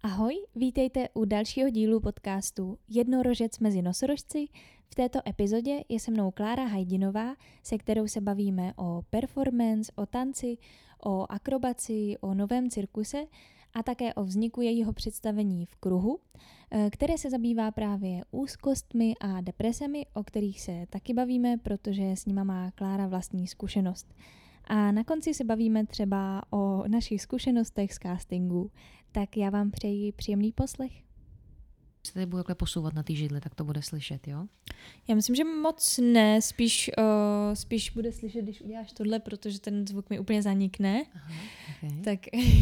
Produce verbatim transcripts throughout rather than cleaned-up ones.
Ahoj, vítejte u dalšího dílu podcastu Jednorožec mezi nosorožci. V této epizodě je se mnou Klára Hajdinová, se kterou se bavíme o performance, o tanci, o akrobaci, o novém cirkuse a také o vzniku jejího představení v Kruhu, které se zabývá právě úzkostmi a depresemi, o kterých se taky bavíme, protože s nima má Klára vlastní zkušenost. A na konci se bavíme třeba o našich zkušenostech z castingu. Tak já vám přeji příjemný poslech. Se tady budu takhle posouvat na ty židle, tak to bude slyšet, jo? Já myslím, že moc ne, spíš, uh, spíš bude slyšet, když uděláš tohle, protože ten zvuk mi úplně zanikne. Aha, okay. Tak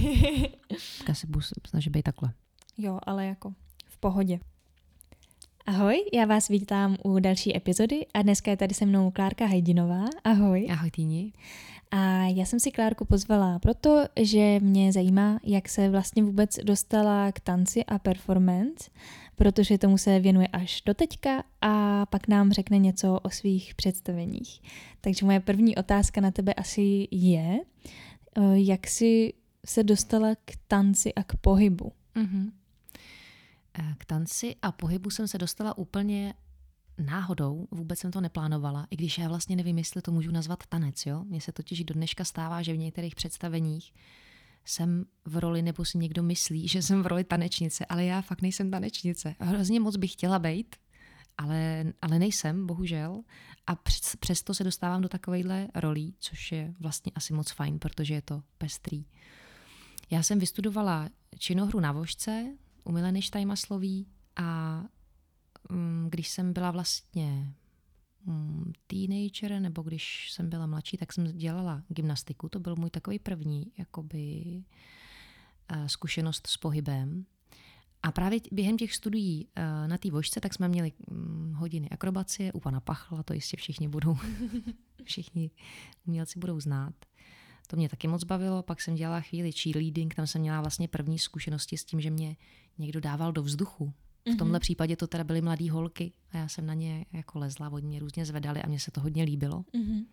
já se budu snažit být takhle. Jo, ale jako v pohodě. Ahoj, já vás vítám u další epizody a dneska je tady se mnou Klárka Hajdinová. Ahoj. Ahoj, Týni. A já jsem si Klárku pozvala proto, že mě zajímá, jak se vlastně vůbec dostala k tanci a performance, protože tomu se věnuje až do teďka a pak nám řekne něco o svých představeních. Takže moje první otázka na tebe asi je, jak jsi se dostala k tanci a k pohybu? Mm-hmm. K tanci a pohybu jsem se dostala úplně náhodou, vůbec jsem to neplánovala, i když já vlastně nevím, jestli to můžu nazvat tanec, jo? Mně se totiž do dneška stává, že v některých představeních jsem v roli, nebo si někdo myslí, že jsem v roli tanečnice, ale já fakt nejsem tanečnice. Hrozně moc bych chtěla být, ale, ale nejsem, bohužel. A přes, přesto se dostávám do takovejhle rolí, což je vlastně asi moc fajn, protože je to pestrý. Já jsem vystudovala činohru na Vožce u Mileny Štajmaslový a když jsem byla vlastně teenager, nebo když jsem byla mladší, tak jsem dělala gymnastiku. To byl můj takový první jakoby, zkušenost s pohybem. A právě během těch studií na té Vožce, tak jsme měli hodiny akrobacie u pana Pachla, to jistě všichni budou, všichni umělci budou znát. To mě taky moc bavilo, pak jsem dělala chvíli cheerleading, tam jsem měla vlastně první zkušenosti s tím, že mě někdo dával do vzduchu. V tomhle případě to teda byly mladý holky a já jsem na ně jako lezla, oni mě různě zvedali a mně se to hodně líbilo. Mm-hmm.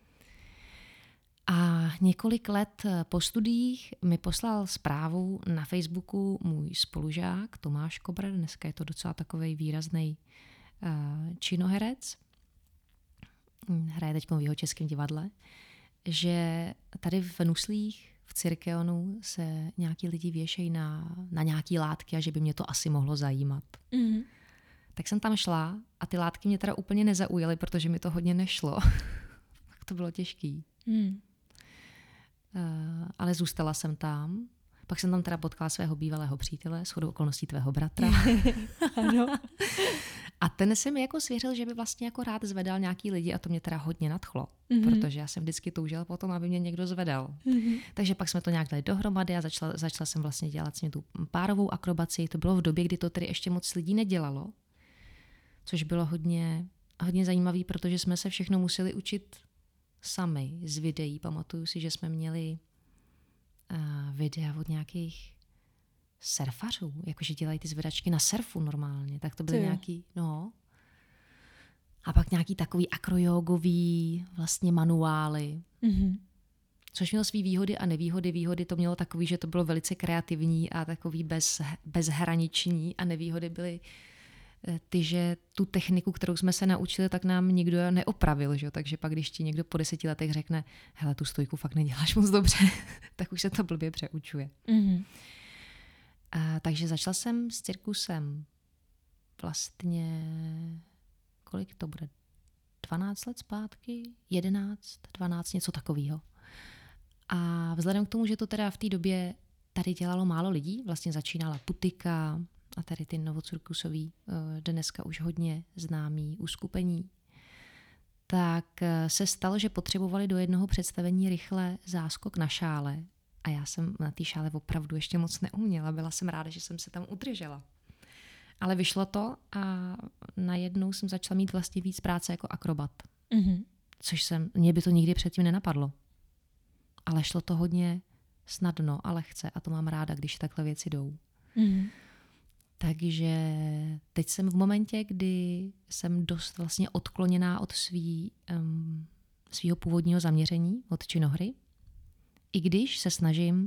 A několik let po studiích mi poslal zprávu na Facebooku můj spolužák Tomáš Kobr, dneska je to docela takovej výrazný uh, činoherec, hraje teď v Jihočeském divadle, že tady v Nuslích v Cirkeonu se nějaký lidi věšejí na, na nějaký látky a že by mě to asi mohlo zajímat. Mm-hmm. Tak jsem tam šla a ty látky mě teda úplně nezaujaly, protože mi to hodně nešlo. Tak to bylo těžký. Mm. Uh, ale zůstala jsem tam. Pak jsem tam teda potkala svého bývalého přítele, shodou okolností tvého bratra. Ano. A ten se mi jako svěřil, že by vlastně jako rád zvedal nějaký lidi a to mě teda hodně nadchlo, mm-hmm. protože já jsem vždycky toužila potom, aby mě někdo zvedal. Mm-hmm. Takže pak jsme to nějak dali dohromady a začala, začala jsem vlastně dělat s ním tu párovou akrobaci. To bylo v době, kdy to tedy ještě moc lidí nedělalo, což bylo hodně, hodně zajímavé, protože jsme se všechno museli učit sami z videí. Pamatuju si, že jsme měli uh, videa od nějakých surfařů, jakože dělají ty zvedačky na surfu normálně, tak to byly nějaký, no. A pak nějaký takový akrojogový vlastně manuály, mm-hmm. což mělo svý výhody a nevýhody. Výhody to mělo takový, že to bylo velice kreativní a takový bez, bezhraniční a nevýhody byly ty, že tu techniku, kterou jsme se naučili, tak nám nikdo neopravil, že? Takže pak, když ti někdo po deseti letech řekne, hele, tu stojku fakt neděláš moc dobře, tak už se to blbě přeučuje. Mm-hmm. A, takže začala jsem s cirkusem vlastně, kolik to bude, dvanáct let zpátky, jedenáct, dvanáct, něco takového. A vzhledem k tomu, že to teda v té době tady dělalo málo lidí, vlastně začínala Putika a tady ty novocirkusový, dneska už hodně známý uskupení, tak se stalo, že potřebovali do jednoho představení rychle záskok na šále. A já jsem na té šále opravdu ještě moc neuměla. Byla jsem ráda, že jsem se tam udržela. Ale vyšlo to a najednou jsem začala mít vlastně víc práce jako akrobat. Mm-hmm. Což jsem, mě by to nikdy předtím nenapadlo. Ale šlo to hodně snadno a lehce a to mám ráda, když takhle věci jdou. Mm-hmm. Takže teď jsem v momentě, kdy jsem dost vlastně odkloněná od svý, um, svýho původního zaměření, od činohry. I když se snažím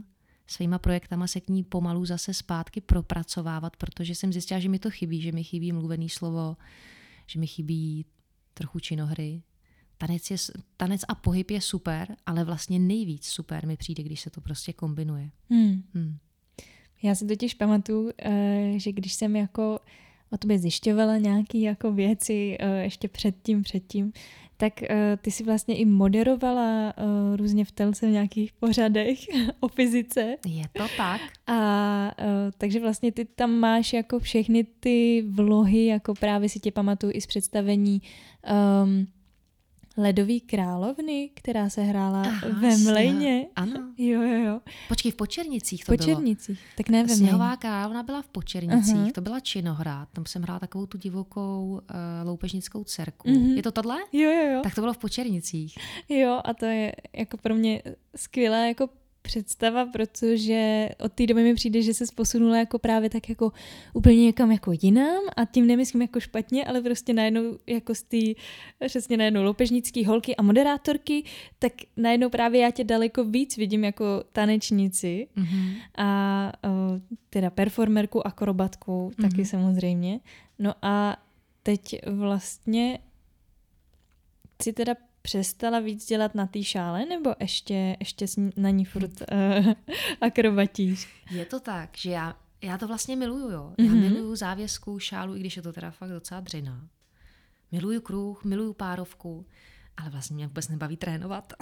svýma projektama se k ní pomalu zase zpátky propracovávat, protože jsem zjistila, že mi to chybí, že mi chybí mluvený slovo, že mi chybí trochu činohry. Tanec, je, tanec a pohyb je super, ale vlastně nejvíc super mi přijde, když se to prostě kombinuje. Hmm. Hmm. Já si totiž pamatuju, že když jsem jako o tobě zjišťovala nějaké jako věci ještě předtím, předtím, tak uh, ty si vlastně i moderovala uh, různě v telce v nějakých pořadech o fyzice. Je to tak. A uh, takže vlastně ty tam máš jako všechny ty vlohy, jako právě si tě pamatuju i z představení um, Ledové královny, která se hrála Aha, ve Mlejně. Ano. Jo, jo, jo. Počkej, v Počernicích to bylo. V Počernicích, tak ne ve Mlejně. Sněhová královna byla v Počernicích, uh-huh. to byla činohra, tam jsem hrála takovou tu divokou uh, loupežnickou dcerku. Uh-huh. Je to tohle? Jo, jo, jo. Tak to bylo v Počernicích. Jo, a to je jako pro mě skvělá jako představa, protože od té doby mi přijde, že se posunula jako právě tak jako úplně někam jako jinam a tím nemyslím jako špatně, ale prostě najednou jako z té přesně najednou loupežnický holky a moderátorky, tak najednou právě já tě daleko víc vidím jako tanečnici mm-hmm. a o, teda performerku, akrobatku mm-hmm. taky samozřejmě. No a teď vlastně si teda přestala víc dělat na té šále, nebo ještě, ještě na ní furt uh, akrobatíš? Je to tak, že já, já to vlastně miluju, jo. Já mm-hmm. miluju závěsku, šálu, i když je to teda fakt docela dřina. Miluju kruh, miluju párovku, ale vlastně mě vůbec nebaví trénovat.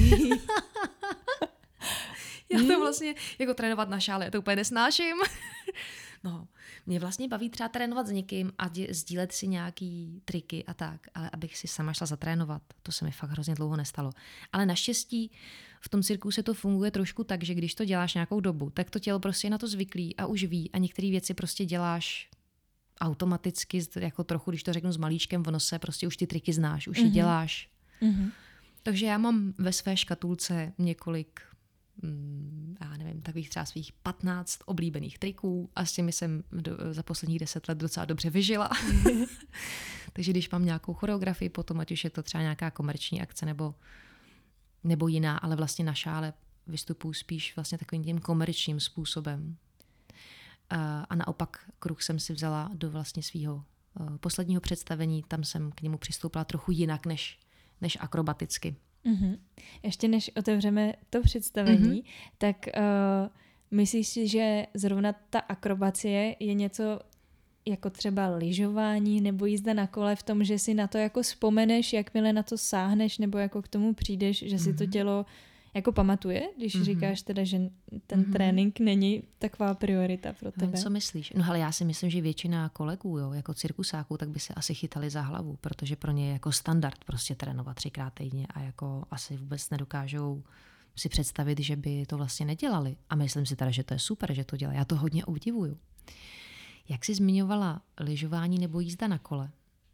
Já to vlastně, jako trénovat na šále, já to úplně nesnáším. No, mě vlastně baví třeba trénovat s někým a dě, sdílet si nějaký triky a tak, ale abych si sama šla zatrénovat, to se mi fakt hrozně dlouho nestalo. Ale naštěstí v tom cirkuse to funguje trošku tak, že když to děláš nějakou dobu, tak to tělo prostě je na to zvyklý a už ví a některé věci prostě děláš automaticky, jako trochu, když to řeknu s malíčkem v nose, prostě už ty triky znáš, už mm-hmm. je děláš. Mm-hmm. Takže já mám ve své škatulce několik já nevím, takových třeba svých patnáct oblíbených triků a s těmi jsem do, za posledních deset let docela dobře vyžila. Takže když mám nějakou choreografii potom, ať už je to třeba nějaká komerční akce nebo, nebo jiná, ale vlastně na šále vystupuji spíš vlastně takovým tím komerčním způsobem. A, a naopak kruh jsem si vzala do vlastně svého uh, posledního představení, tam jsem k němu přistoupila trochu jinak než, než akrobaticky. Mm-hmm. Ještě než otevřeme to představení, mm-hmm. tak uh, myslíš si, že zrovna ta akrobacie je něco jako třeba lyžování nebo jízda na kole v tom, že si na to jako vzpomeneš, jakmile na to sáhneš nebo jako k tomu přijdeš, že si mm-hmm. to tělo jako pamatuje, když mm-hmm. říkáš teda, že ten mm-hmm. trénink není taková priorita pro tebe? No, co myslíš? No ale já si myslím, že většina kolegů, jo, jako cirkusáků, tak by se asi chytali za hlavu, protože pro ně je jako standard prostě trénovat třikrát týdně a jako asi vůbec nedokážou si představit, že by to vlastně nedělali. A myslím si teda, že to je super, že to dělají. Já to hodně obdivuju. Jak jsi zmiňovala lyžování nebo jízda na kole?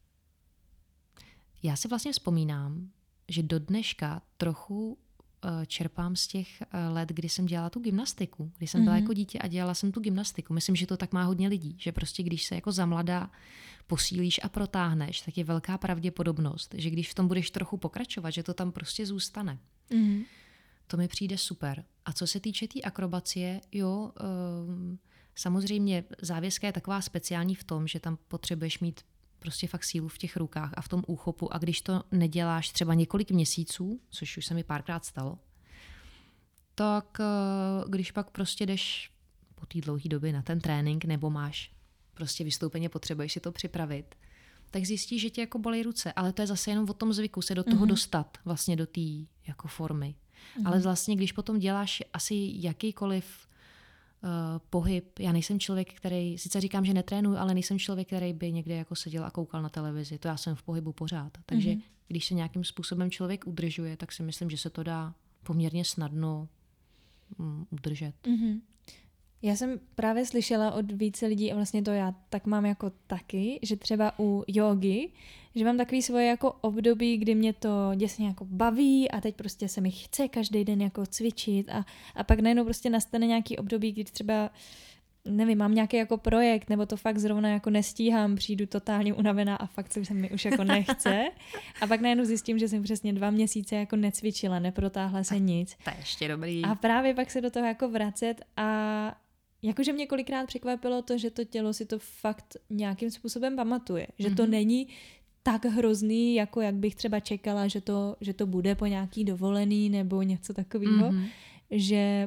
Já si vlastně vzpomínám, že do dneška trochu čerpám z těch let, kdy jsem dělala tu gymnastiku, kdy jsem byla mm-hmm. jako dítě a dělala jsem tu gymnastiku. Myslím, že to tak má hodně lidí, že prostě když se jako za mladá posílíš a protáhneš, tak je velká pravděpodobnost, že když v tom budeš trochu pokračovat, že to tam prostě zůstane. Mm-hmm. To mi přijde super. A co se týče té tý akrobacie, jo, um, samozřejmě závěska je taková speciální v tom, že tam potřebuješ mít prostě fakt sílu v těch rukách a v tom úchopu a když to neděláš třeba několik měsíců, což už se mi párkrát stalo, tak když pak prostě jdeš po té dlouhé době na ten trénink nebo máš prostě vystoupeně, potřebuješ si to připravit, tak zjistíš, že tě jako bolí ruce, ale to je zase jenom o tom zvyku se do toho mm-hmm. dostat vlastně do té jako formy. Mm-hmm. Ale vlastně, když potom děláš asi jakýkoliv Uh, pohyb. Já nejsem člověk, který, sice říkám, že netrénuju, ale nejsem člověk, který by někde jako seděl a koukal na televizi. To já jsem v pohybu pořád. Takže mm-hmm. když se nějakým způsobem člověk udržuje, tak si myslím, že se to dá poměrně snadno um, udržet. Mm-hmm. Já jsem právě slyšela od více lidí, a vlastně to já tak mám jako taky, že třeba u jógy, že mám takový svoje jako období, kdy mě to děsně jako baví a teď prostě se mi chce každý den jako cvičit a, a pak najednou prostě nastane nějaký období, kdy třeba nevím, mám nějaký jako projekt, nebo to fakt zrovna jako nestíhám, přijdu totálně unavená a fakt se mi už jako nechce. A pak najednou zjistím, že jsem přesně dva měsíce jako necvičila, neprotáhla se nic. To je ještě dobrý. A právě pak se do toho jako vracet a jakože mě kolikrát překvapilo to, že to tělo si to fakt nějakým způsobem pamatuje. Že to mm-hmm. není tak hrozný, jako jak bych třeba čekala, že to, že to bude po nějaký dovolený nebo něco takového. Mm-hmm. Že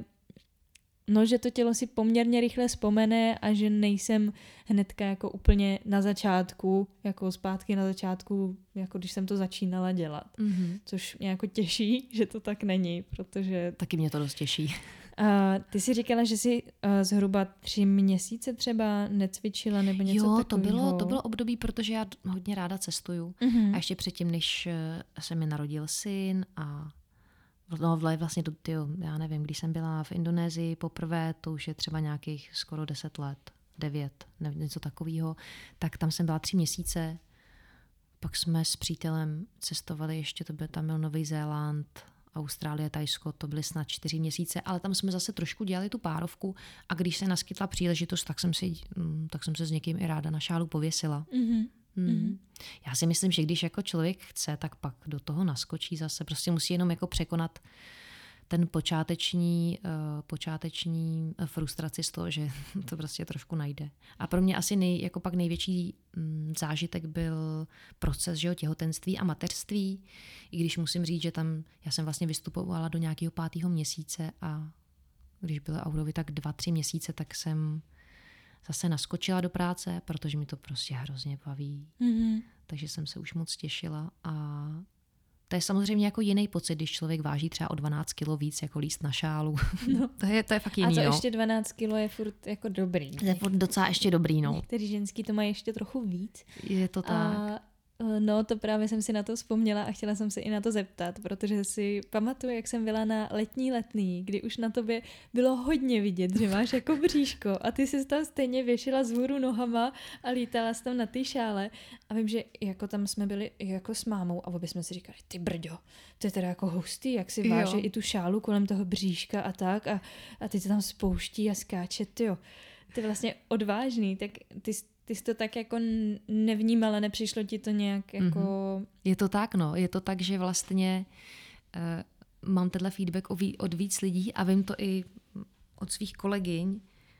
no, že to tělo si poměrně rychle vzpomene a že nejsem hnedka jako úplně na začátku, jako zpátky na začátku, jako když jsem to začínala dělat. Mm-hmm. Což mě jako těší, že to tak není, protože... Taky mě to dost těší. A ty jsi říkala, že jsi uh, zhruba tři měsíce třeba necvičila nebo něco jo, takového. Jo, to bylo, to bylo období, protože já hodně ráda cestuju. Mm-hmm. A ještě předtím, než se mi narodil syn a no vlastně, tyjo, já nevím, když jsem byla v Indonésii poprvé, to už je třeba nějakých skoro deset let, devět, nevím, něco takového, tak tam jsem byla tři měsíce, pak jsme s přítelem cestovali, ještě to byl, tam byl Nový Zéland, Austrálie, Thajsko, to byly snad čtyři měsíce, ale tam jsme zase trošku dělali tu párovku a když se naskytla příležitost, tak jsem, si, tak jsem se s někým i ráda na šálu pověsila. Mm-hmm. Mm. Já si myslím, že když jako člověk chce, tak pak do toho naskočí zase. Prostě musí jenom jako překonat ten počáteční, uh, počáteční frustraci z toho, že to prostě trošku najde. A pro mě asi nej, jako pak největší mm, zážitek byl proces, že jo, těhotenství a mateřství. I když musím říct, že tam já jsem vlastně vystupovala do nějakého pátého měsíce a když byly Aurovy tak dva, tři měsíce, tak jsem zase naskočila do práce, protože mi to prostě hrozně baví. Mm-hmm. Takže jsem se už moc těšila a to je samozřejmě jako jiný pocit, když člověk váží třeba o dvanáct kilo víc, jako líst na šálu. No. to, je, to je fakt jiný, A to no. ještě dvanáct kilo je furt jako dobrý. To je furt docela ještě dobrý, no. Některý ženský to mají ještě trochu víc. Je to tak. A no, to právě jsem si na to vzpomněla a chtěla jsem se i na to zeptat, protože si pamatuju, jak jsem byla na letní letný, kdy už na tobě bylo hodně vidět, že máš jako bříško a ty jsi tam stejně věšila vzhůru nohama a lítala jsi tam na té šále a vím, že jako tam jsme byli jako s mámou a obě jsme si říkali, ty brďo, to je teda jako hustý, jak si váže i tu šálu kolem toho bříška a tak a, a ty se tam spouští a skáče, tyjo, to je vlastně odvážný, tak ty Ty jsi to tak jako nevnímala, nepřišlo ti to nějak jako... Mm-hmm. Je to tak, no. Je to tak, že vlastně uh, mám tenhle feedback od víc lidí a vím to i od svých kolegyň,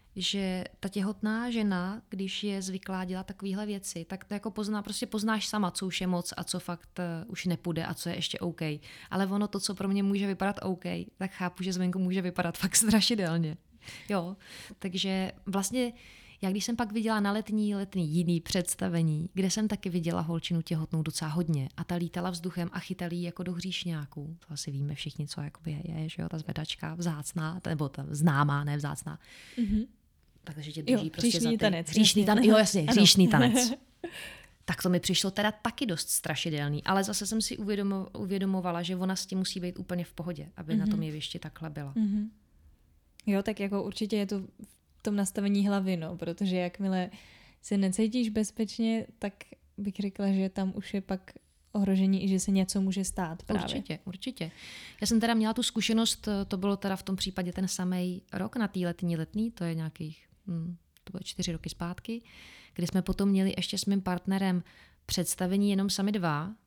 že ta těhotná žena, když je zvyklá dělat takovéhle věci, tak to jako pozná, prostě poznáš sama, co už je moc a co fakt uh, už nepůjde a co je ještě OK. Ale ono to, co pro mě může vypadat OK, tak chápu, že zvenku může vypadat fakt strašidelně. Jo, takže vlastně já když jsem pak viděla na letní, letní jiný představení, kde jsem taky viděla holčinu těhotnou docela hodně a ta lítala vzduchem a chytala jí jako do hříšňáků. To asi víme všichni, co jakoby je, že jo, ta zvedačka vzácná, nebo ta známá, ne vzácná. Mm-hmm. Takže tě drží jo, prostě za ty... tanec. Hříšný tanec. Jo, jasně, hříšný tanec. Tak to mi přišlo teda taky dost strašidelný, ale zase jsem si uvědomo, uvědomovala, že ona s tím musí být úplně v pohodě, aby mm-hmm. na tom jevišti takhle byla. Mm-hmm. Jo, tak jako určitě je to v tom nastavení hlavy, no, protože jakmile se necítíš bezpečně, tak bych řekla, že tam už je pak ohrožení i že se něco může stát právě. Určitě, určitě. Já jsem teda měla tu zkušenost, to bylo teda v tom případě ten samý rok na té letní letní, to je nějakých, hm, to bylo čtyři roky zpátky, kdy jsme potom měli ještě s mým partnerem představení jenom sami dva,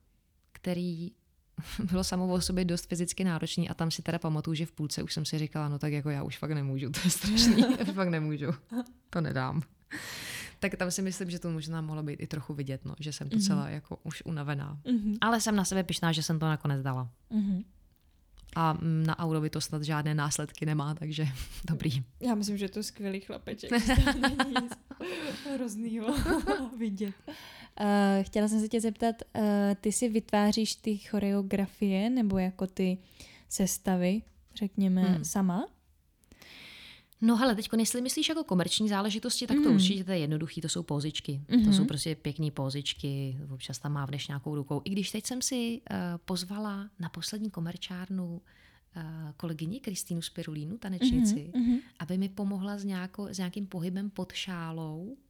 který bylo samo o sobě dost fyzicky náročný a tam si teda pamatuju, že v půlce už jsem si říkala, no tak jako já už fakt nemůžu, to je strašný, já fakt nemůžu, to nedám. Tak tam si myslím, že to možná mohlo být i trochu vidět, no, že jsem docela mm-hmm. jako už unavená. Mm-hmm. Ale jsem na sebe pyšná, že jsem to nakonec dala. Mm-hmm. A na Aurovi to snad žádné následky nemá, takže dobrý. Já myslím, že to je skvělý chlapeček. Není nic hroznýho vidět. Uh, chtěla jsem se tě zeptat, uh, ty si vytváříš ty choreografie nebo jako ty sestavy, řekněme, hmm. sama? No hele, teďko, jestli myslíš jako komerční záležitosti, tak to mm. určitě to je jednoduchý, to jsou pózičky. Mm-hmm. To jsou prostě pěkný pózičky, občas tam mávneš nějakou rukou. I když teď jsem si uh, pozvala na poslední komerčárnu uh, kolegyni Kristýnu Spirulínu, tanečnici, mm-hmm. aby mi pomohla s, nějakou, s nějakým pohybem pod šálou. Uh,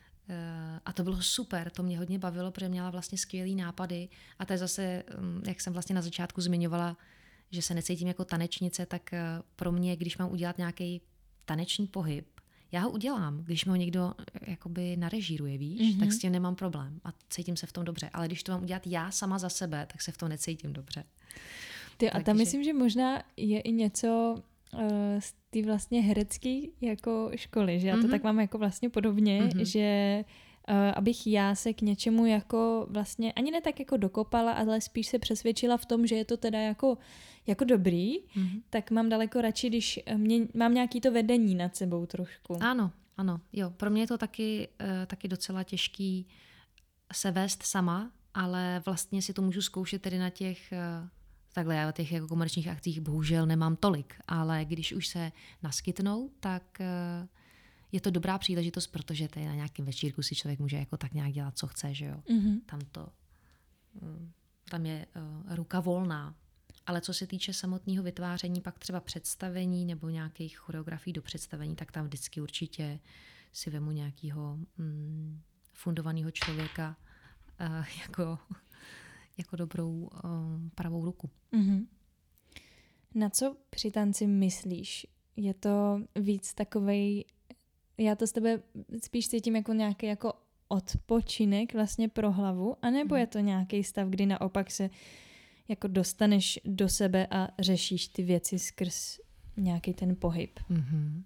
a to bylo super, to mě hodně bavilo, protože měla vlastně skvělý nápady. A to je zase, um, jak jsem vlastně na začátku zmiňovala, že se necítím jako tanečnice, tak uh, pro mě, když mám udělat nějaký taneční pohyb, já ho udělám, když mi ho někdo jakoby narežíruje, víš, mm-hmm. tak s tím nemám problém a cítím se v tom dobře. Ale když to mám udělat já sama za sebe, tak se v tom necítím dobře. Ty, a tam Takže... myslím, že možná je i něco uh, z té vlastně herecké jako školy, že já to mm-hmm. tak mám jako vlastně podobně, mm-hmm. že uh, abych já se k něčemu jako vlastně ani ne tak jako dokopala, ale spíš se přesvědčila v tom, že je to teda jako jako dobrý, mm-hmm. tak mám daleko radši, když mě, mám nějaký to vedení nad sebou trošku. Ano, ano, jo. Pro mě je to taky, uh, taky docela těžký se vést sama, ale vlastně si to můžu zkoušet tedy na těch, uh, takhle já těch jako komerčních akcích bohužel nemám tolik, ale když už se naskytnou, tak uh, je to dobrá příležitost, protože tady na nějakém večírku si člověk může jako tak nějak dělat, co chce, že jo. Mm-hmm. Tam to, uh, tam je uh, ruka volná. Ale co se týče samotného vytváření, pak třeba představení nebo nějakých choreografií do představení, tak tam vždycky určitě si vemu nějakého mm, fundovaného člověka uh, jako, jako dobrou uh, pravou ruku. Mm-hmm. Na co při tanci myslíš? Je to víc takovej, já to s tebe spíš cítím jako nějaký jako odpočinek vlastně pro hlavu, anebo mm. je to nějaký stav, kdy naopak se jako dostaneš do sebe a řešíš ty věci skrz nějaký ten pohyb. Mm-hmm.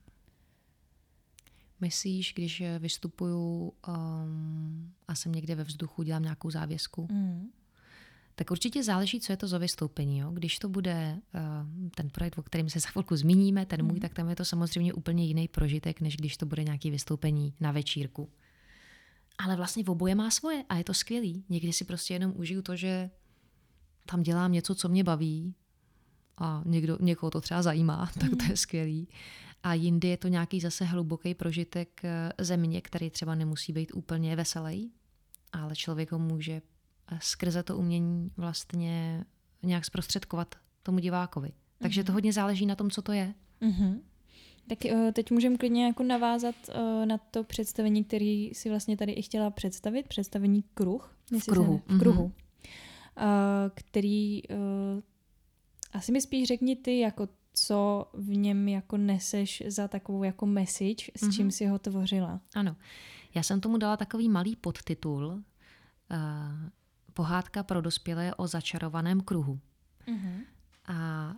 Myslíš, když vystupuju um, a jsem někde ve vzduchu, dělám nějakou závěsku, mm. tak určitě záleží, co je to za vystoupení. Jo? Když to bude uh, ten projekt, o kterém se za chvilku zmíníme, ten můj, mm. tak tam je to samozřejmě úplně jiný prožitek, než když to bude nějaké vystoupení na večírku. Ale vlastně v oboje má svoje a je to skvělý. Někdy si prostě jenom užiju to, že tam dělám něco, co mě baví a někdo, někoho to třeba zajímá, tak to je skvělý. A jindy je to nějaký zase hluboký prožitek země, který třeba nemusí být úplně veselý, ale člověk ho může skrze to umění vlastně nějak zprostředkovat tomu divákovi. Takže to hodně záleží na tom, co to je. Mm-hmm. Tak teď můžeme klidně jako navázat na to představení, který si vlastně tady i chtěla představit, představení Kruh. V kruhu. Se, v kruhu. Mm-hmm. Který uh, asi mi spíš řekni ty, jako co v něm jako neseš za takovou jako message, s mm-hmm. čím si ho tvořila. Ano, já jsem tomu dala takový malý podtitul uh, Pohádka pro dospělé o začarovaném kruhu. Mm-hmm. A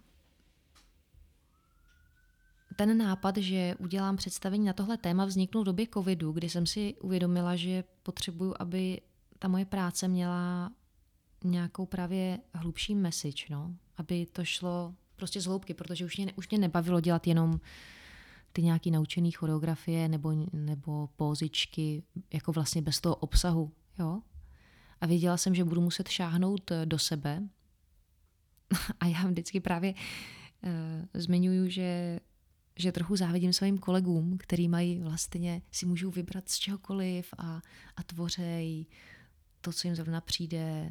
ten nápad, že udělám představení na tohle téma, vzniknul v době covidu, kdy jsem si uvědomila, že potřebuju, aby ta moje práce měla nějakou právě hlubší message, no? Aby to šlo prostě z hloubky, protože už mě, už mě nebavilo dělat jenom ty nějaký naučený choreografie nebo, nebo pózičky, jako vlastně bez toho obsahu. Jo? A věděla jsem, že budu muset šáhnout do sebe a já vždycky právě uh, zmiňuju, že, že trochu závidím svým kolegům, který mají vlastně, si můžou vybrat z čehokoliv a, a tvořej to, co jim zrovna přijde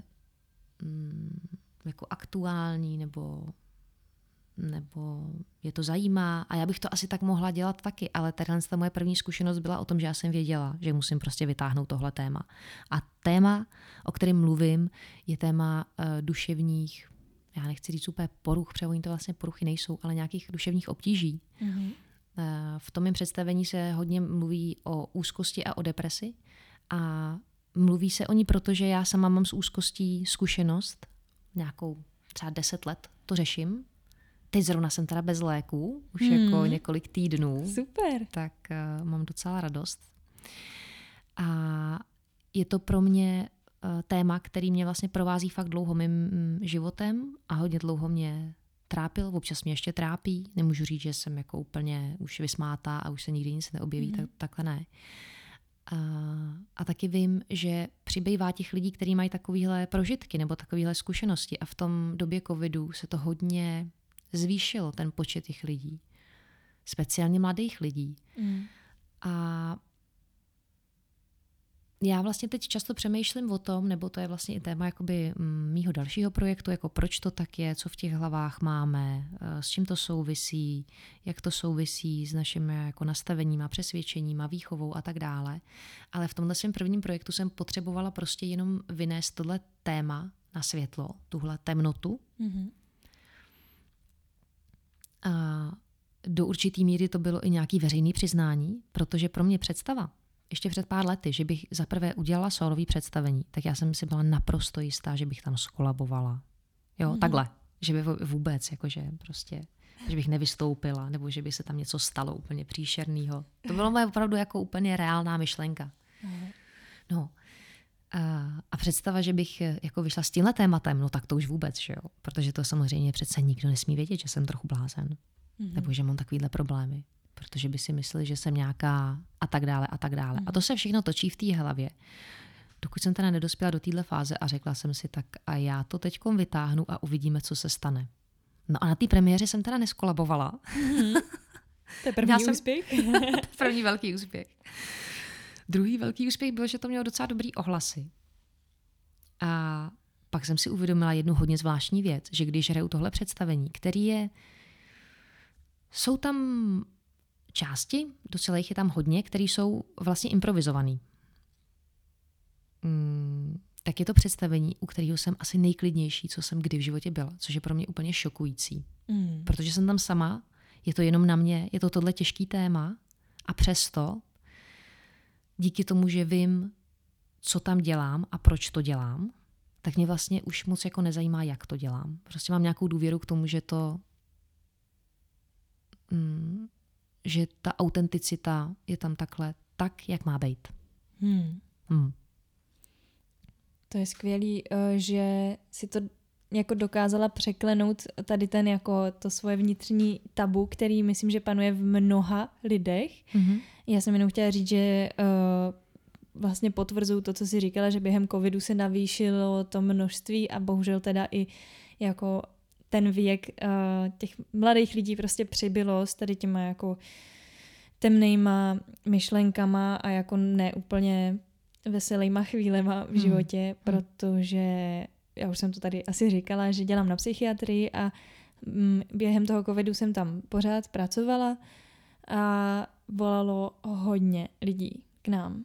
jako aktuální, nebo, nebo je to zajímá a já bych to asi tak mohla dělat taky, ale tahle ta moje první zkušenost byla o tom, že já jsem věděla, že musím prostě vytáhnout tohle téma. A téma, o kterém mluvím, je téma uh, duševních, já nechci říct úplně poruch, protože oni to vlastně poruchy nejsou, ale nějakých duševních obtíží. Mm-hmm. Uh, v tom mém představení se hodně mluví o úzkosti a o depresi a mluví se o ní, protože já sama mám s úzkostí zkušenost, nějakou třeba deset let to řeším. Teď zrovna jsem teda bez léků, už hmm. jako několik týdnů. Super. Tak uh, mám docela radost. A je to pro mě uh, téma, který mě vlastně provází fakt dlouho mým mm, životem a hodně dlouho mě trápil, občas mě ještě trápí. Nemůžu říct, že jsem jako úplně už vysmátá a už se nikdy nic neobjeví, hmm. tak, takhle ne. A, a taky vím, že přibývá těch lidí, kteří mají takovéhle prožitky nebo takovéhle zkušenosti a v tom době covidu se to hodně zvýšilo, ten počet těch lidí. Speciálně mladých lidí. Mm. A já vlastně teď často přemýšlím o tom, nebo to je vlastně i téma jakoby mýho dalšího projektu, jako proč to tak je, co v těch hlavách máme, s čím to souvisí, jak to souvisí s naším jako nastavením a přesvědčením a výchovou a tak dále. Ale v tomhle svém prvním projektu jsem potřebovala prostě jenom vynést tohle téma na světlo, tuhle temnotu. Mm-hmm. A do určitý míry to bylo i nějaký veřejný přiznání, protože pro mě představa, ještě před pár lety, že bych zaprvé udělala sólový představení, tak já jsem si byla naprosto jistá, že bych tam skolabovala. Jo, mm-hmm. takhle. Že by vůbec, jakože prostě, že bych nevystoupila, nebo že by se tam něco stalo úplně příšernýho. To bylo moje opravdu jako úplně reálná myšlenka. No. A, a představa, že bych jako vyšla s tímhle tématem, no tak to už vůbec, že jo. Protože to samozřejmě přece nikdo nesmí vědět, že jsem trochu blázen. Mm-hmm. Nebo že mám takovýhle problémy. Protože by si mysleli, že jsem nějaká a tak dále a tak dále. Mm-hmm. A to se všechno točí v té hlavě. Dokud jsem teda nedospěla do téhle fáze a řekla jsem si tak a já to teďkom vytáhnu a uvidíme, co se stane. No a na té premiéře jsem teda neskolabovala. Mm-hmm. To je první jsem... úspěch. To je první velký úspěch. Druhý velký úspěch byl, že to mělo docela dobrý ohlasy. A pak jsem si uvědomila jednu hodně zvláštní věc, že když hraju tohle představení, který je... Jsou tam části, docela jich je tam hodně, které jsou vlastně improvizovaný. Hmm, tak je to představení, u kterého jsem asi nejklidnější, co jsem kdy v životě byla, což je pro mě úplně šokující. Mm. Protože jsem tam sama, je to jenom na mě, je to tohle těžký téma a přesto díky tomu, že vím, co tam dělám a proč to dělám, tak mě vlastně už moc jako nezajímá, jak to dělám. Prostě mám nějakou důvěru k tomu, že to mm, že ta autenticita je tam takhle tak, jak má být. Hmm. Hmm. To je skvělý, že si to jako dokázala překlenout tady ten jako to svoje vnitřní tabu, který myslím, že panuje v mnoha lidech. Mm-hmm. Já jsem jenom chtěla říct, že uh, vlastně potvrzuju to, co jsi říkala, že během covidu se navýšilo to množství a bohužel teda i jako ten věk uh, těch mladých lidí prostě přibylo s tady těma jako temnejma myšlenkama a jako ne úplně veselýma chvílema v životě, hmm. protože já už jsem to tady asi říkala, že dělám na psychiatrii a mm, během toho covidu jsem tam pořád pracovala a volalo hodně lidí k nám.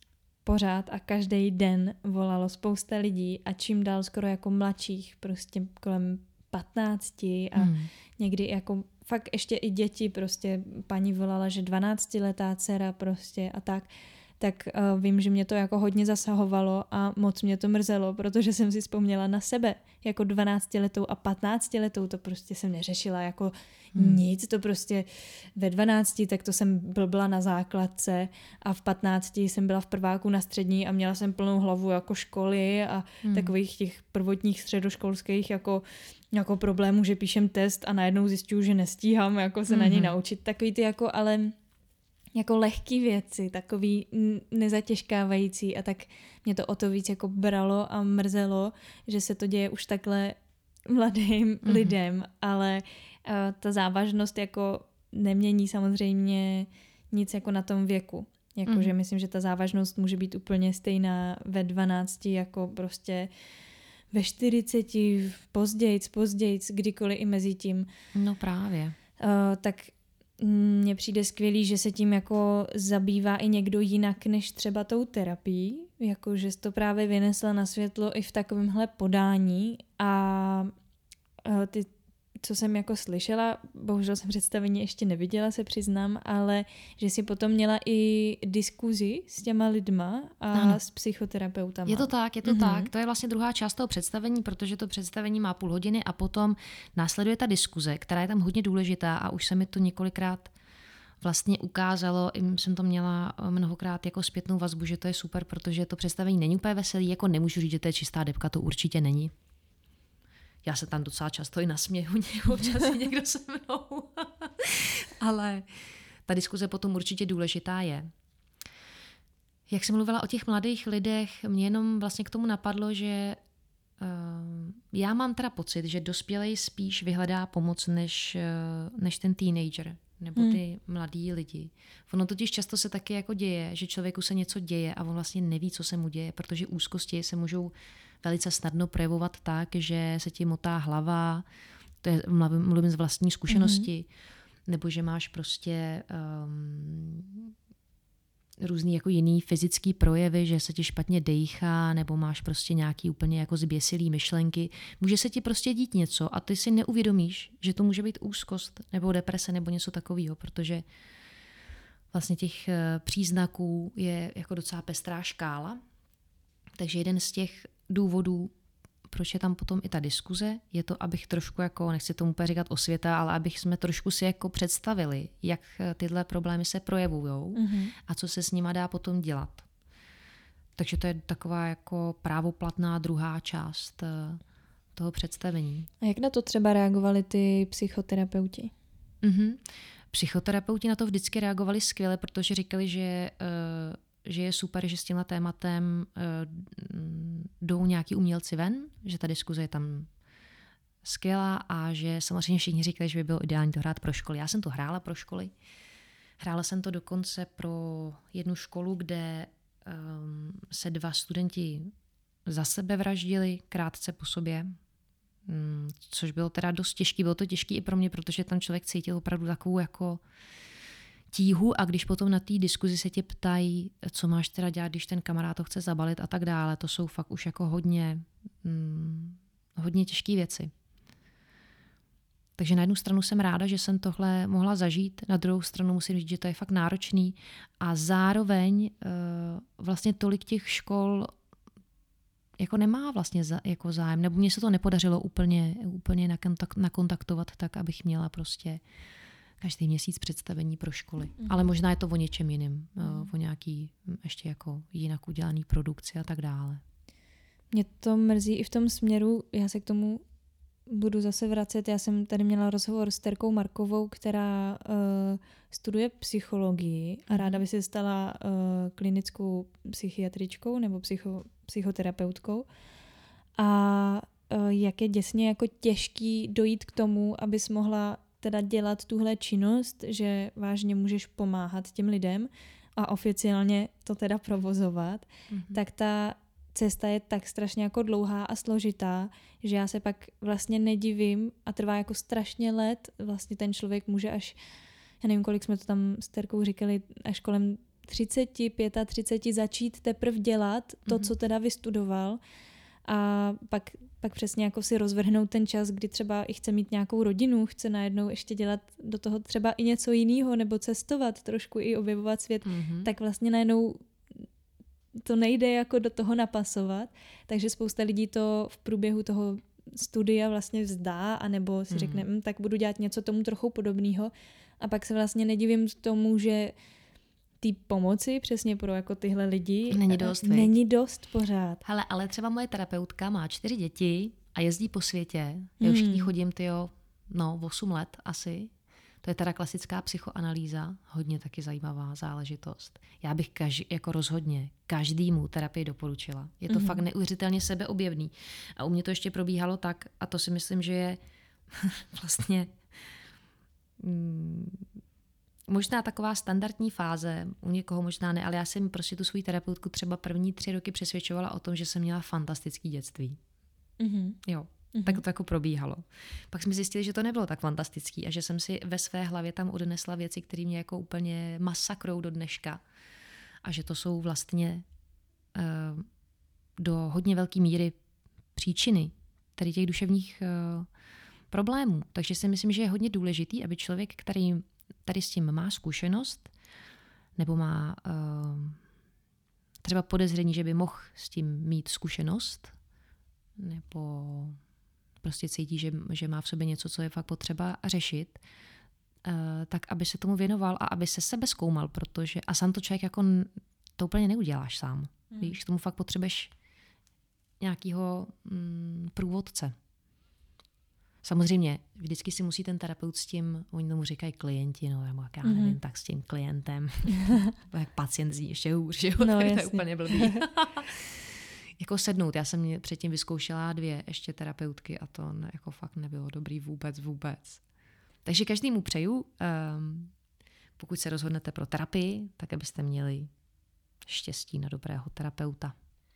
Pořád a každý den volalo spousta lidí a čím dál skoro jako mladších, prostě kolem patnácti a hmm. někdy jako fakt ještě i děti, prostě paní volala, že dvanáctiletá dcera prostě a tak. tak uh, vím, že mě to jako hodně zasahovalo a moc mě to mrzelo, protože jsem si vzpomněla na sebe jako dvanáctiletou a patnáctiletou, to prostě jsem neřešila jako hmm. nic, to prostě ve dvanácti, tak to jsem byla na základce a v patnácti jsem byla v prváku na střední a měla jsem plnou hlavu jako školy a hmm. takových těch prvotních středoškolských jako, jako problémů, že píšem test a najednou zjišťuju, že nestíhám jako se hmm. na něj naučit. Takový ty jako ale jako lehký věci, takový nezatěžkávající a tak mě to o to víc jako bralo a mrzelo, že se to děje už takhle mladým mm-hmm. lidem, ale uh, ta závažnost jako nemění samozřejmě nic jako na tom věku. Jakože mm-hmm. myslím, že ta závažnost může být úplně stejná ve dvanácti jako prostě ve čtyřiceti, pozdějc, pozdějc, kdykoliv i mezi tím. No právě. Uh, tak mně přijde skvělý, že se tím jako zabývá i někdo jinak než třeba tou terapií, jako že jsi to právě vynesla na světlo i v takovémhle podání a ty, co jsem jako slyšela, bohužel jsem představení ještě neviděla, se přiznám, ale že jsi potom měla i diskuzi s těma lidma a ano. s psychoterapeutama. Je to tak, je to mm-hmm. tak. To je vlastně druhá část toho představení, protože to představení má půl hodiny a potom následuje ta diskuze, která je tam hodně důležitá a už se mi to několikrát vlastně ukázalo, jsem to měla mnohokrát jako zpětnou vazbu, že to je super, protože to představení není úplně veselý, jako nemůžu říct, že to je čistá debka, to určitě není. Já se tam docela často i nasměju, občas i někdo se mnou. Ale ta diskuze potom určitě důležitá je. Jak jsem mluvila o těch mladých lidech, mě jenom vlastně k tomu napadlo, že uh, já mám teda pocit, že dospělej spíš vyhledá pomoc než, uh, než ten teenager nebo ty hmm. mladí lidi. Ono totiž často se taky jako děje, že člověku se něco děje a on vlastně neví, co se mu děje, protože úzkosti se můžou velice snadno projevovat tak, že se ti motá hlava, to je, mluvím z vlastní zkušenosti, mm-hmm. nebo že máš prostě um, různý jako jiný fyzický projevy, že se ti špatně dejchá nebo máš prostě nějaký úplně jako zběsilý myšlenky. Může se ti prostě dít něco a ty si neuvědomíš, že to může být úzkost nebo deprese nebo něco takového, protože vlastně těch příznaků je jako docela pestrá škála. Takže jeden z těch důvodů, proč je tam potom i ta diskuze, je to, abych trošku, jako, nechci tomu úplně říkat osvěta, ale abych jsme trošku si jako představili, jak tyhle problémy se projevujou mm-hmm. a co se s nima dá potom dělat. Takže to je taková jako právoplatná druhá část toho představení. A jak na to třeba reagovali ty psychoterapeuti? Mm-hmm. Psychoterapeuti na to vždycky reagovali skvěle, protože říkali, že uh, že je super, že s tímhle tématem uh, jdou nějaký umělci ven, že ta diskuze je tam skvělá a že samozřejmě všichni říkali, že by bylo ideální to hrát pro školy. Já jsem to hrála pro školy. Hrála jsem to dokonce pro jednu školu, kde um, se dva studenti za sebe vraždili krátce po sobě, um, což bylo teda dost těžký. Bylo to těžký i pro mě, protože tam člověk cítil opravdu takovou jako tíhu a když potom na té diskuzi se tě ptají, co máš teda dělat, když ten kamarád to chce zabalit a tak dále, to jsou fakt už jako hodně, hm, hodně těžké věci. Takže na jednu stranu jsem ráda, že jsem tohle mohla zažít, na druhou stranu musím říct, že to je fakt náročný a zároveň uh, vlastně tolik těch škol jako nemá vlastně za, jako zájem, nebo mně se to nepodařilo úplně, úplně nakontakt, nakontaktovat tak, abych měla prostě každý měsíc představení pro školy. Mm. Ale možná je to o něčem jiném, mm. o nějaký ještě jako jinak udělaný produkci a tak dále. Mě to mrzí i v tom směru, já se k tomu budu zase vracet. Já jsem tady měla rozhovor s Terkou Markovou, která uh, studuje psychologii a ráda by se stala uh, klinickou psychiatričkou nebo psycho, psychoterapeutkou. A uh, jak je děsně jako těžký dojít k tomu, abys mohla teda dělat tuhle činnost, že vážně můžeš pomáhat těm lidem a oficiálně to teda provozovat, mm-hmm. tak ta cesta je tak strašně jako dlouhá a složitá, že já se pak vlastně nedivím a trvá jako strašně let. Vlastně ten člověk může až, já nevím, kolik jsme to tam s Terkou říkali, až kolem třicet, třicet pět začít teprve dělat to, mm-hmm. co teda vystudoval a pak, pak přesně jako si rozvrhnout ten čas, kdy třeba i chce mít nějakou rodinu, chce najednou ještě dělat do toho třeba i něco jiného nebo cestovat, trošku i objevovat svět, mm-hmm. tak vlastně najednou to nejde jako do toho napasovat, takže spousta lidí to v průběhu toho studia vlastně vzdá, anebo si mm. řekne, hm, tak budu dělat něco tomu trochu podobného a pak se vlastně nedivím tomu, že té pomoci přesně pro jako tyhle lidi není dost, není dost pořád. Hele, ale třeba moje terapeutka má čtyři děti a jezdí po světě. Já už k ní chodím, tyjo, no, osm let asi. To je teda klasická psychoanalýza, hodně taky zajímavá záležitost. Já bych každý, jako rozhodně každému terapii doporučila. Je to mm-hmm. fakt neuvěřitelně sebeobjevný. A u mě to ještě probíhalo tak, a to si myslím, že je vlastně mm, možná taková standardní fáze, u někoho možná ne, ale já jsem prostě tu svou terapeutku třeba první tři roky přesvědčovala o tom, že jsem měla fantastické dětství. Mm-hmm. Jo. Mm-hmm. Tak to jako probíhalo. Pak jsme zjistili, že to nebylo tak fantastický a že jsem si ve své hlavě tam odnesla věci, které mě jako úplně masakrou do dneška. A že to jsou vlastně uh, do hodně velké míry příčiny tady těch duševních uh, problémů. Takže si myslím, že je hodně důležitý, aby člověk, který tady s tím má zkušenost nebo má uh, třeba podezření, že by mohl s tím mít zkušenost nebo prostě cítí, že, že má v sobě něco, co je fakt potřeba řešit, uh, tak aby se tomu věnoval a aby se sebe zkoumal, protože a sám to člověk jako to úplně neuděláš sám. Hmm. Víš, k tomu fakt potřebuješ nějakýho mm, průvodce. Samozřejmě, vždycky si musí ten terapeut s tím, oni tomu říkají klienti, no nebo jak já nevím, mm-hmm. tak s tím klientem, jak pacient zní ještě hůř, že jo? No, to je úplně blbý. Jako sednout. Já jsem předtím vyzkoušela dvě ještě terapeutky a to ne, jako fakt nebylo dobrý vůbec, vůbec. Takže každému přeju, um, pokud se rozhodnete pro terapii, tak abyste měli štěstí na dobrého terapeuta.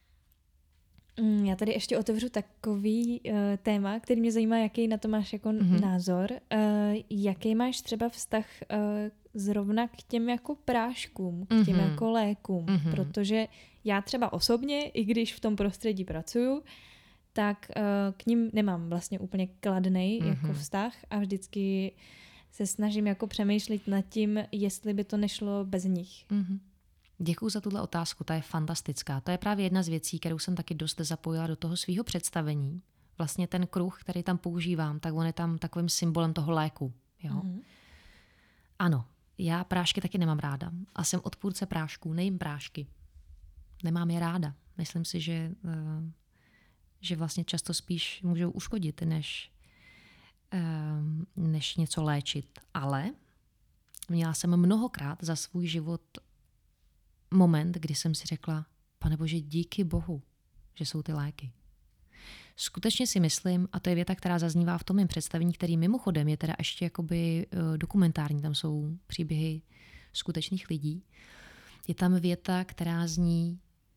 Já tady ještě otevřu takový uh, téma, který mě zajímá, jaký na to máš jako mm-hmm. názor. Uh, jaký máš třeba vztah uh, zrovna k těm jako práškům, k těm Mm-hmm. jako lékům, Mm-hmm. protože já třeba osobně, i když v tom prostředí pracuju, tak uh, k ním nemám vlastně úplně kladnej mm-hmm. jako vztah a vždycky se snažím jako přemýšlet nad tím, jestli by to nešlo bez nich. Mm-hmm. Děkuju za tuhle otázku, ta je fantastická. To je právě jedna z věcí, kterou jsem taky dost zapojila do toho svého představení. Vlastně ten kruh, který tam používám, tak on je tam takovým symbolem toho léku. Jo? Mm-hmm. Ano, já prášky taky nemám ráda a jsem odpůrce prášků, nejím prášky. Nemám je ráda. Myslím si, že, že vlastně často spíš můžou uškodit, než, než něco léčit. Ale měla jsem mnohokrát za svůj život moment, kdy jsem si řekla, Pane Bože, díky Bohu, že jsou ty léky. Skutečně si myslím, a to je věta, která zaznívá v tom mém představení, který mimochodem je teda ještě jakoby dokumentární, tam jsou příběhy skutečných lidí. Je tam věta, která zní,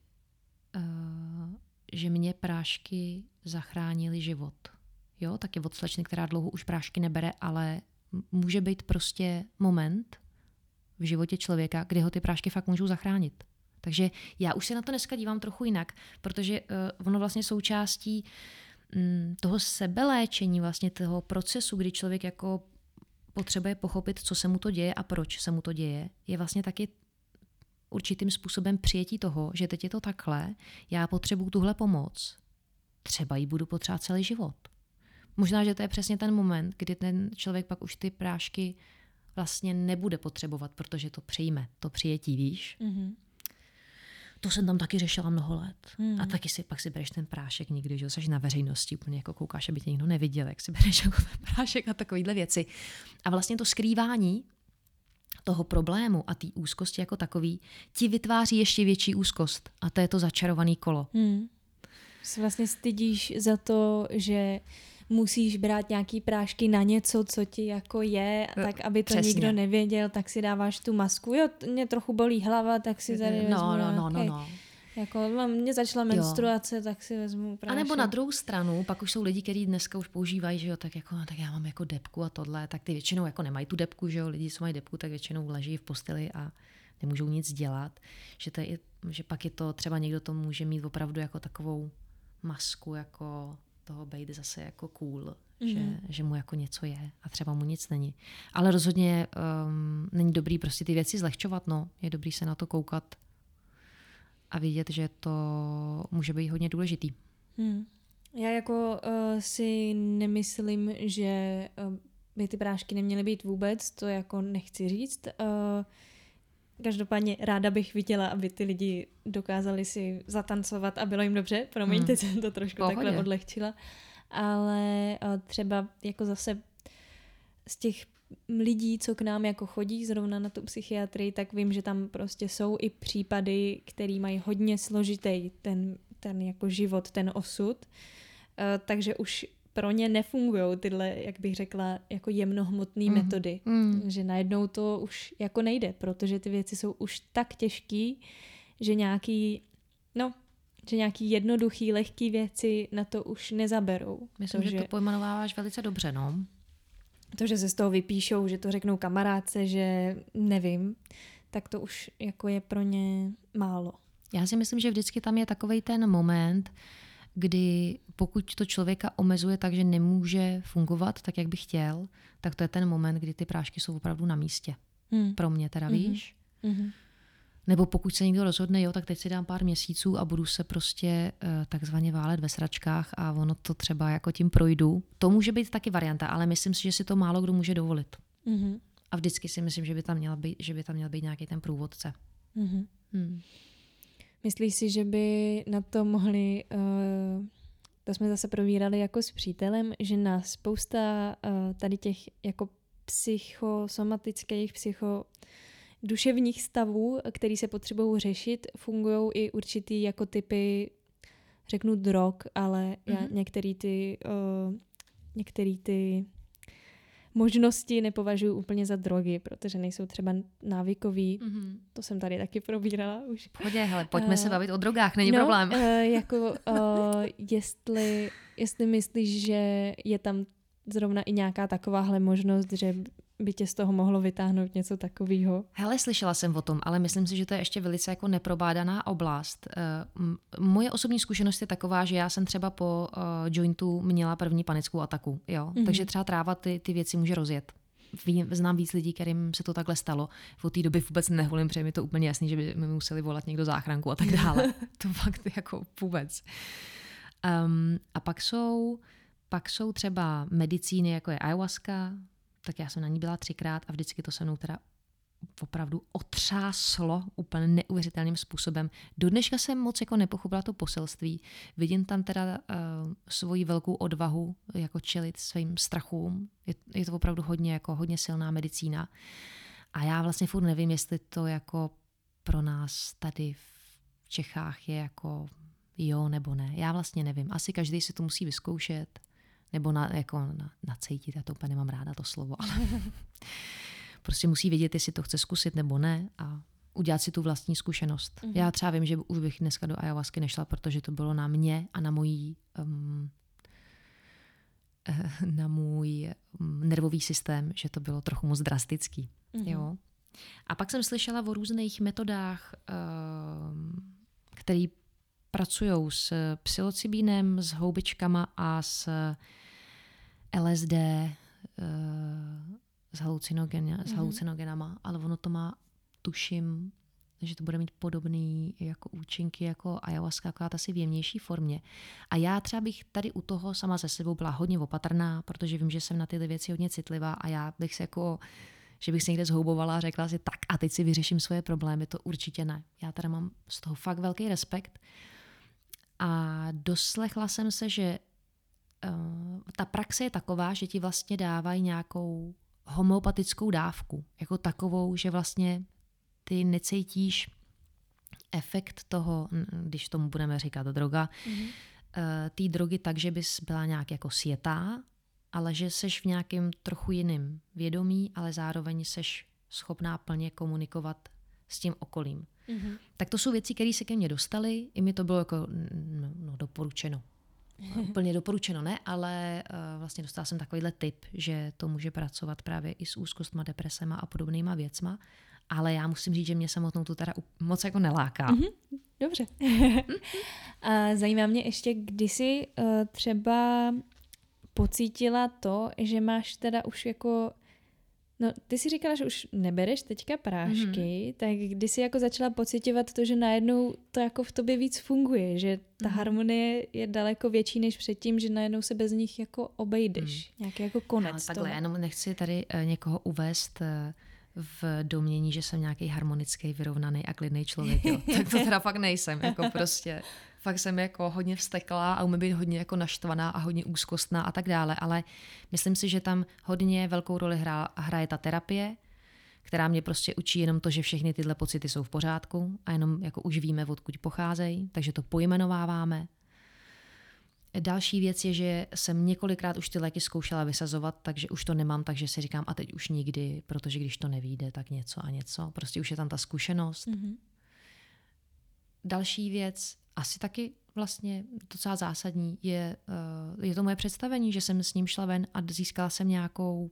že mě prášky zachránily život. Jo, tak je od slečny, která dlouho už prášky nebere, ale může být prostě moment v životě člověka, kdy ho ty prášky fakt můžou zachránit. Takže já už se na to dneska dívám trochu jinak, protože uh, ono vlastně součástí um, toho sebeléčení, vlastně toho procesu, kdy člověk jako potřebuje pochopit, co se mu to děje a proč se mu to děje, je vlastně taky určitým způsobem přijetí toho, že teď je to takhle, já potřebuju tuhle pomoc, třeba ji budu potřebovat celý život. Možná, že to je přesně ten moment, kdy ten člověk pak už ty prášky vlastně nebude potřebovat, protože to přijme, to přijetí, víš? Mm-hmm. To jsem tam taky řešila mnoho let. Mm. A taky si pak si bereš ten prášek někdy, že jsi na veřejnosti, úplně jako koukáš, aby tě nikdo neviděl, jak si bereš jako ten prášek a takovýhle věci. A vlastně to skrývání toho problému a té úzkosti jako takový ti vytváří ještě větší úzkost. A to je to začarované kolo. Mm. Se vlastně stydíš za to, že musíš brát nějaký prášky na něco, co ti jako je, tak aby to Přesně. nikdo nevěděl, tak si dáváš tu masku. Jo, mě trochu bolí hlava, tak si tady vezmu. No, no, no, no, no. Jako, mě začala menstruace, jo. tak si vezmu prášek. A nebo na druhou stranu, pak už jsou lidi, kteří dneska už používají, že jo, tak jako, no, tak já mám jako debku a tohle, tak ty většinou jako nemají tu debku, že jo, lidi, co mají debku, tak většinou leží v posteli a nemůžou nic dělat, že, to je, že pak je to, třeba někdo to může mít opravdu jako takovou masku, jako toho být zase jako cool, mm. že, že mu jako něco je a třeba mu nic není. Ale rozhodně um, není dobrý prostě ty věci zlehčovat, no. Je dobrý se na to koukat a vidět, že to může být hodně důležitý. Hmm. Já jako uh, si nemyslím, že uh, by ty prášky neměly být vůbec, to jako nechci říct. Uh, Každopádně ráda bych viděla, aby ty lidi dokázali si zatancovat a bylo jim dobře. Promiňte, hmm. jsem to trošku Pohodě. takhle odlehčila. Ale třeba jako zase z těch lidí, co k nám jako chodí zrovna na tu psychiatrii, tak vím, že tam prostě jsou i případy, který mají hodně složitý ten, ten jako život, ten osud. Takže už pro ně nefungují tyhle, jak bych řekla, jako jemnohmotné mm. metody. Mm. Že najednou to už jako nejde, protože ty věci jsou už tak těžký, že nějaký, no, že nějaký jednoduchý, lehký věci na to už nezaberou. Myslím, to, že, že to pojmenováváš velice dobře, no. To, že se z toho vypíšou, že to řeknou kamarádce, že nevím, tak to už jako je pro ně málo. Já si myslím, že vždycky tam je takovej ten moment, kdy pokud to člověka omezuje tak, že nemůže fungovat tak, jak by chtěl, tak to je ten moment, kdy ty prášky jsou opravdu na místě. Hmm. Pro mě teda, mm-hmm. víš? Mm-hmm. Nebo pokud se někdo rozhodne, jo, tak teď si dám pár měsíců a budu se prostě uh, takzvaně válet ve sračkách a ono to třeba jako tím projdu. To může být taky varianta, ale myslím si, že si to málo kdo může dovolit. Mm-hmm. A vždycky si myslím, že by tam měl být, že by tam měl být nějaký ten průvodce. Mm-hmm. Hmm. Myslíš si, že by na to mohli, uh, to jsme zase probírali jako s přítelem, že na spousta uh, tady těch jako psychosomatických, psycho duševních stavů, který se potřebují řešit, fungují i určitý jako typy, řeknu drog, ale já mm-hmm. některý ty uh, některý ty možnosti nepovažuji úplně za drogy, protože nejsou třeba návykový. Mm-hmm. To jsem tady taky probírala už. Pohodě, hele, pojďme uh, se bavit o drogách, není no, problém. Uh, jako, uh, jestli, jestli myslíš, že je tam zrovna i nějaká takováhle možnost, že by tě z toho mohlo vytáhnout něco takového? Hele, slyšela jsem o tom, ale myslím si, že to je ještě velice jako neprobádaná oblast. Uh, moje osobní zkušenost je taková, že já jsem třeba po uh, jointu měla první panickou ataku, jo? Mm-hmm. Takže třeba tráva ty, ty věci může rozjet. Znám víc lidí, kterým se to takhle stalo. V té době vůbec neholím, protože mi to úplně jasný, že by mi museli volat někdo záchranku a tak dále. To fakt jako vůbec. Um, a pak jsou, pak jsou třeba medicíny, jako je ayahuasca, tak já jsem na ní byla třikrát a vždycky to se mnou teda opravdu otřáslo úplně neuvěřitelným způsobem. Do dneška jsem moc jako nepochopila to poselství. Vidím tam teda uh, svoji velkou odvahu jako čelit svým strachům. Je, je to opravdu hodně, jako hodně silná medicína. A já vlastně furt nevím, jestli to jako pro nás tady v Čechách je jako jo nebo ne. Já vlastně nevím. Asi každý si to musí vyzkoušet nebo na, jako na, nacejtit. Já to úplně nemám ráda to slovo, ale prostě musí vědět, jestli to chce zkusit nebo ne a udělat si tu vlastní zkušenost. Mm-hmm. Já třeba vím, že už bych dneska do ayahuasky nešla, protože to bylo na mě a na mojí um, na můj um, nervový systém, že to bylo trochu moc drastický. Mm-hmm. Jo. A pak jsem slyšela o různých metodách, um, které pracují s psilocybínem, s houbičkama a s L S D, uh, s, halucinogen, mm-hmm. s halucinogenama, ale ono to má, tuším, že to bude mít podobný jako účinky jako ayahuasca, akorát asi v jemnější formě. A já třeba bych tady u toho sama ze sebou byla hodně opatrná, protože vím, že jsem na tyhle věci hodně citlivá a já bych se jako, že bych se někde zhoubovala a řekla si tak a teď si vyřeším svoje problémy, to určitě ne. Já teda mám z toho fakt velký respekt. A doslechla jsem se, že uh, ta praxe je taková, že ti vlastně dávají nějakou homeopatickou dávku, jako takovou, že vlastně ty necítíš efekt toho, když tomu budeme říkat droga, mm-hmm. té drogy tak, že bys byla nějak jako sjetá, ale že seš v nějakém trochu jiném vědomí, ale zároveň seš schopná plně komunikovat s tím okolím. Mm-hmm. Tak to jsou věci, které se ke mně dostaly, i mi to bylo jako no, no, doporučeno. Úplně doporučeno, ne, ale uh, vlastně dostala jsem takovýhle tip, že to může pracovat právě i s úzkostma, depresema a podobnýma věcma, ale já musím říct, že mě samotnou to teda moc jako neláká. Mm-hmm. Dobře. A zajímá mě ještě, kdy jsi uh, třeba pocítila to, že máš teda už jako, no ty jsi říkala, že už nebereš teďka prášky, mm-hmm. tak kdy jsi jako začala pocitovat to, že najednou to jako v tobě víc funguje, že ta mm-hmm. harmonie je daleko větší než předtím, že najednou se bez nich jako obejdeš. Mm. Nějaký jako konec ale toho. Takhle, já jenom nechci tady uh, někoho uvést uh, v domění, že jsem nějaký harmonický, vyrovnaný a klidný člověk. Jo. Tak to teda fakt nejsem. Jako prostě fakt jsem jako hodně vzteklá a umím být hodně jako naštvaná a hodně úzkostná a tak dále, ale myslím si, že tam hodně velkou roli hra, hraje ta terapie, která mě prostě učí jenom to, že všechny tyhle pocity jsou v pořádku a jenom jako už víme, odkud pocházejí, takže to pojmenováváme. Další věc je, že jsem několikrát už ty léky zkoušela vysazovat, takže už to nemám, takže si říkám a teď už nikdy, protože když to nevyjde, tak něco a něco. Prostě už je tam ta zkušenost. Mm-hmm. Další věc, asi taky vlastně docela zásadní, je, uh, je to moje představení, že jsem s ním šla ven a získala jsem nějakou,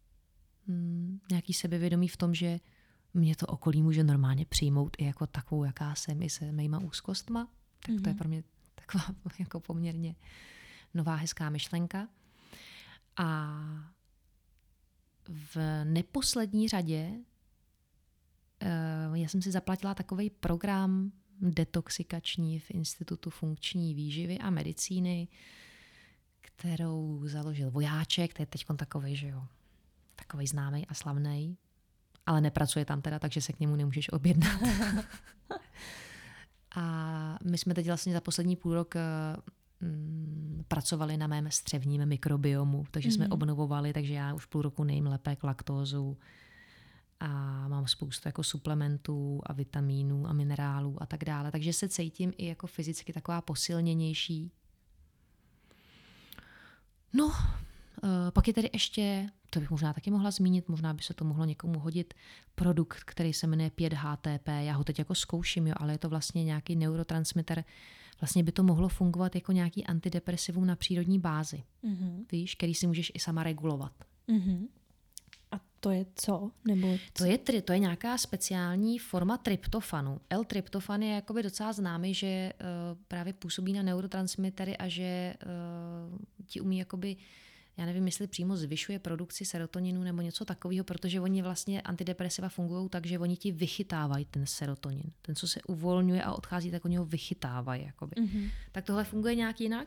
hm, nějaký sebevědomí v tom, že mě to okolí může normálně přijmout i jako takovou, jaká jsem, i se mýma úzkostma. Tak mm-hmm. to je pro mě taková jako poměrně nová hezká myšlenka. A v neposlední řadě uh, já jsem si zaplatila takovej program detoxikační v Institutu funkční výživy a medicíny, kterou založil vojáček, to je teď takovej, že jo, takovej známej a slavnej, ale nepracuje tam teda, takže se k němu nemůžeš objednat. A my jsme teď vlastně za poslední půl rok mm, pracovali na mém střevním mikrobiomu, takže mm-hmm. jsme obnovovali, takže já už půl roku nejím lepek, laktózu a mám spoustu jako suplementů a vitamínů a minerálů a tak dále, takže se cítím i jako fyzicky taková posilněnější. No, uh, pak je tady ještě, to bych možná taky mohla zmínit, možná by se to mohlo někomu hodit, produkt, který se jmenuje pět H T P. Já ho teď jako zkouším, jo, ale je to vlastně nějaký neurotransmitter. Vlastně by to mohlo fungovat jako nějaký antidepresivum na přírodní bázi. Mm-hmm. Víš, který si můžeš i sama regulovat. Mm-hmm. A to je co? Nebo co? To je, tri, to je nějaká speciální forma tryptofanu. L-tryptofan je jakoby docela známý, že uh, právě působí na neurotransmitery a že uh, ti umí jakoby, já nevím, jestli přímo zvyšuje produkci serotoninu nebo něco takového, protože oni vlastně antidepresiva fungují tak, že oni ti vychytávají ten serotonin. Ten, co se uvolňuje a odchází, tak oni ho vychytávají. Jakoby. Mm-hmm. Tak tohle funguje nějak jinak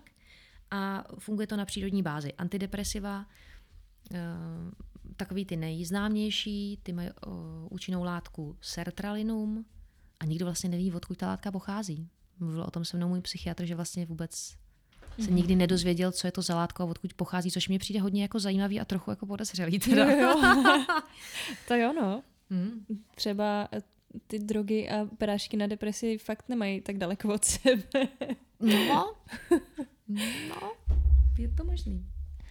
a funguje to na přírodní bázi. Antidepresiva, uh, takový ty nejznámější, ty mají uh, účinnou látku sertralinum a nikdo vlastně neví, odkud ta látka pochází. Mluvil o tom se mnou můj psychiatr, že vlastně vůbec se nikdy nedozvěděl, co je to za látko a odkud pochází, což mě přijde hodně jako zajímavý a trochu jako podezřelý. Teda. Jo, jo. To jo, no. Mm. Třeba ty drogy a prášky na depresi fakt nemají tak daleko od sebe. No, no, je to možný.